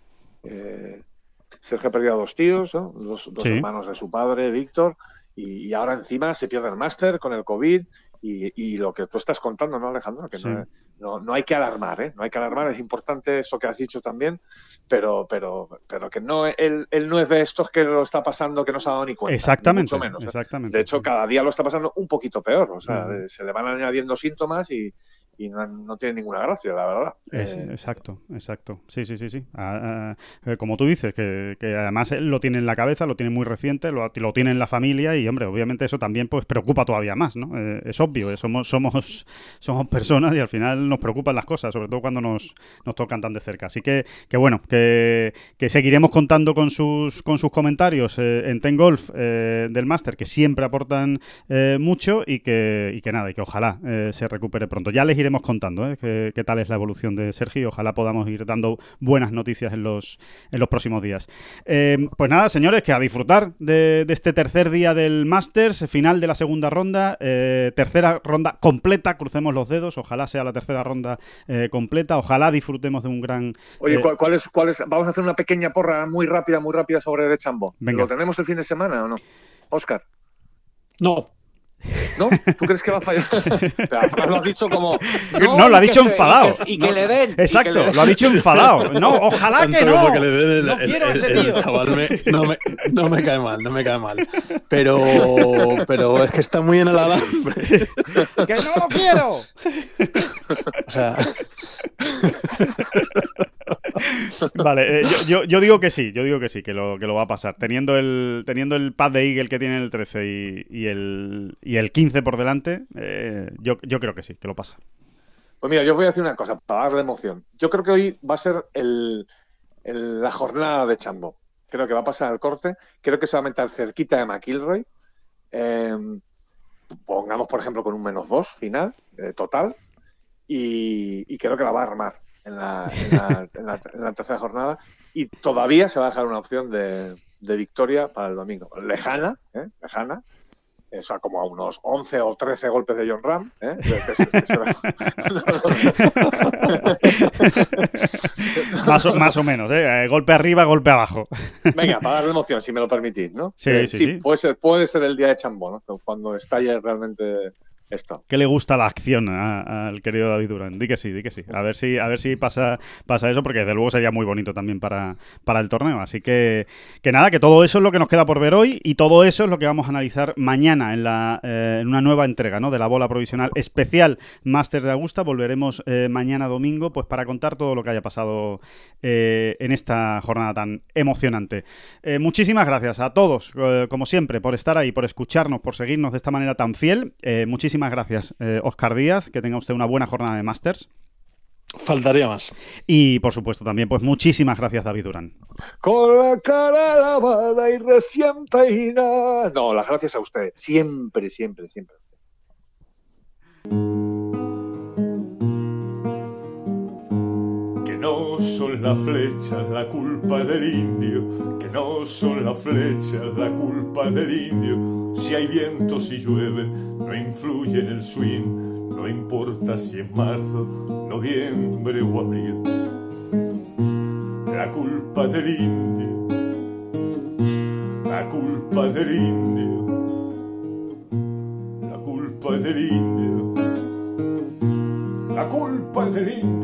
[SPEAKER 4] Sergio ha perdido a 2 tíos, ¿no? Dos hermanos de su padre, Víctor, y ahora encima se pierde el máster con el COVID y lo que tú estás contando, ¿no, Alejandro? Que no hay que alarmar, ¿eh? No hay que alarmar, es importante eso que has dicho también, pero que no, él no es de estos que lo está pasando que no se ha dado ni cuenta.
[SPEAKER 3] Exactamente.
[SPEAKER 4] Mucho menos, ¿eh?
[SPEAKER 3] Exactamente.
[SPEAKER 4] De hecho, cada día lo está pasando un poquito peor, o sea, se le van añadiendo síntomas y no tiene ninguna gracia, la verdad.
[SPEAKER 3] Exacto. Sí. Como tú dices, que además él lo tiene en la cabeza, lo tiene muy reciente, lo tiene en la familia y, hombre, obviamente eso también pues preocupa todavía más, ¿no? Es obvio, somos personas y al final nos preocupan las cosas, sobre todo cuando nos tocan tan de cerca. Así que bueno, que seguiremos contando con sus comentarios en Ten Golf del Máster, que siempre aportan mucho y que ojalá se recupere pronto. Ya les iremos contando qué tal es la evolución de Sergio y ojalá podamos ir dando buenas noticias en los próximos días. Pues nada, señores, que a disfrutar de este tercer día del Masters, final de la segunda ronda, tercera ronda completa, crucemos los dedos, ojalá sea la tercera ronda completa, ojalá disfrutemos de un gran...
[SPEAKER 4] Oye, ¿cuál es? Vamos a hacer una pequeña porra muy rápida sobre DeChambeau.
[SPEAKER 3] Venga.
[SPEAKER 4] ¿Lo tenemos el fin de semana o no? Óscar.
[SPEAKER 5] No.
[SPEAKER 4] ¿No? ¿Tú crees que va a fallar? Pero lo has dicho como...
[SPEAKER 3] No, lo ha dicho enfadado.
[SPEAKER 4] Y que le den.
[SPEAKER 3] Exacto, lo ha dicho enfadado. No, ojalá que no.
[SPEAKER 5] Que le den
[SPEAKER 3] no quiero a ese tío.
[SPEAKER 5] El chaval no me cae mal, no me cae mal. Pero es que está muy en el alambre.
[SPEAKER 3] ¡Que no lo quiero!
[SPEAKER 5] O sea...
[SPEAKER 3] Vale, yo digo que sí, que lo va a pasar. Teniendo el pad de Eagle que tiene el 13 y el 15 por delante, yo creo que sí, que lo pasa.
[SPEAKER 4] Pues mira, yo os voy a decir una cosa, para darle emoción. Yo creo que hoy va a ser la jornada de Chambo. Creo que va a pasar el corte, creo que se va a meter cerquita de McIlroy. Pongamos, por ejemplo, con un -2 final, total, y creo que la va a armar en la tercera jornada, y todavía se va a dejar una opción de victoria para el domingo. Lejana, lejana. O sea, como a unos 11 o 13 golpes de Jon Rahm.
[SPEAKER 3] Más o menos, golpe arriba, golpe abajo.
[SPEAKER 4] Venga, para darle emoción, si me lo permitís, ¿no?
[SPEAKER 3] Sí.
[SPEAKER 4] Puede ser el día de Chambó, ¿no? Cuando estalle realmente esto.
[SPEAKER 3] ¿Qué le gusta la acción al querido David Durán? Di que sí. A ver si pasa eso, porque desde luego sería muy bonito también para el torneo. Así que nada, que todo eso es lo que nos queda por ver hoy, y todo eso es lo que vamos a analizar mañana en una nueva entrega, ¿no?, de la bola provisional especial Masters de Augusta. Volveremos mañana domingo, pues para contar todo lo que haya pasado en esta jornada tan emocionante. Muchísimas gracias a todos, como siempre, por estar ahí, por escucharnos, por seguirnos de esta manera tan fiel. Muchísimas gracias, Óscar Díaz, que tenga usted una buena jornada de Masters.
[SPEAKER 5] Faltaría más.
[SPEAKER 3] Y por supuesto también, pues muchísimas gracias, David Durán.
[SPEAKER 4] Con la cara lavada y recién peinada. No, las gracias a usted. Siempre.
[SPEAKER 2] Que no son las flechas la culpa del indio, que no son las flechas la culpa del indio. Si hay viento, si llueve, no influye en el swing, no importa si es marzo, noviembre o abril. La culpa del indio, la culpa del indio, la culpa del indio, la culpa del indio.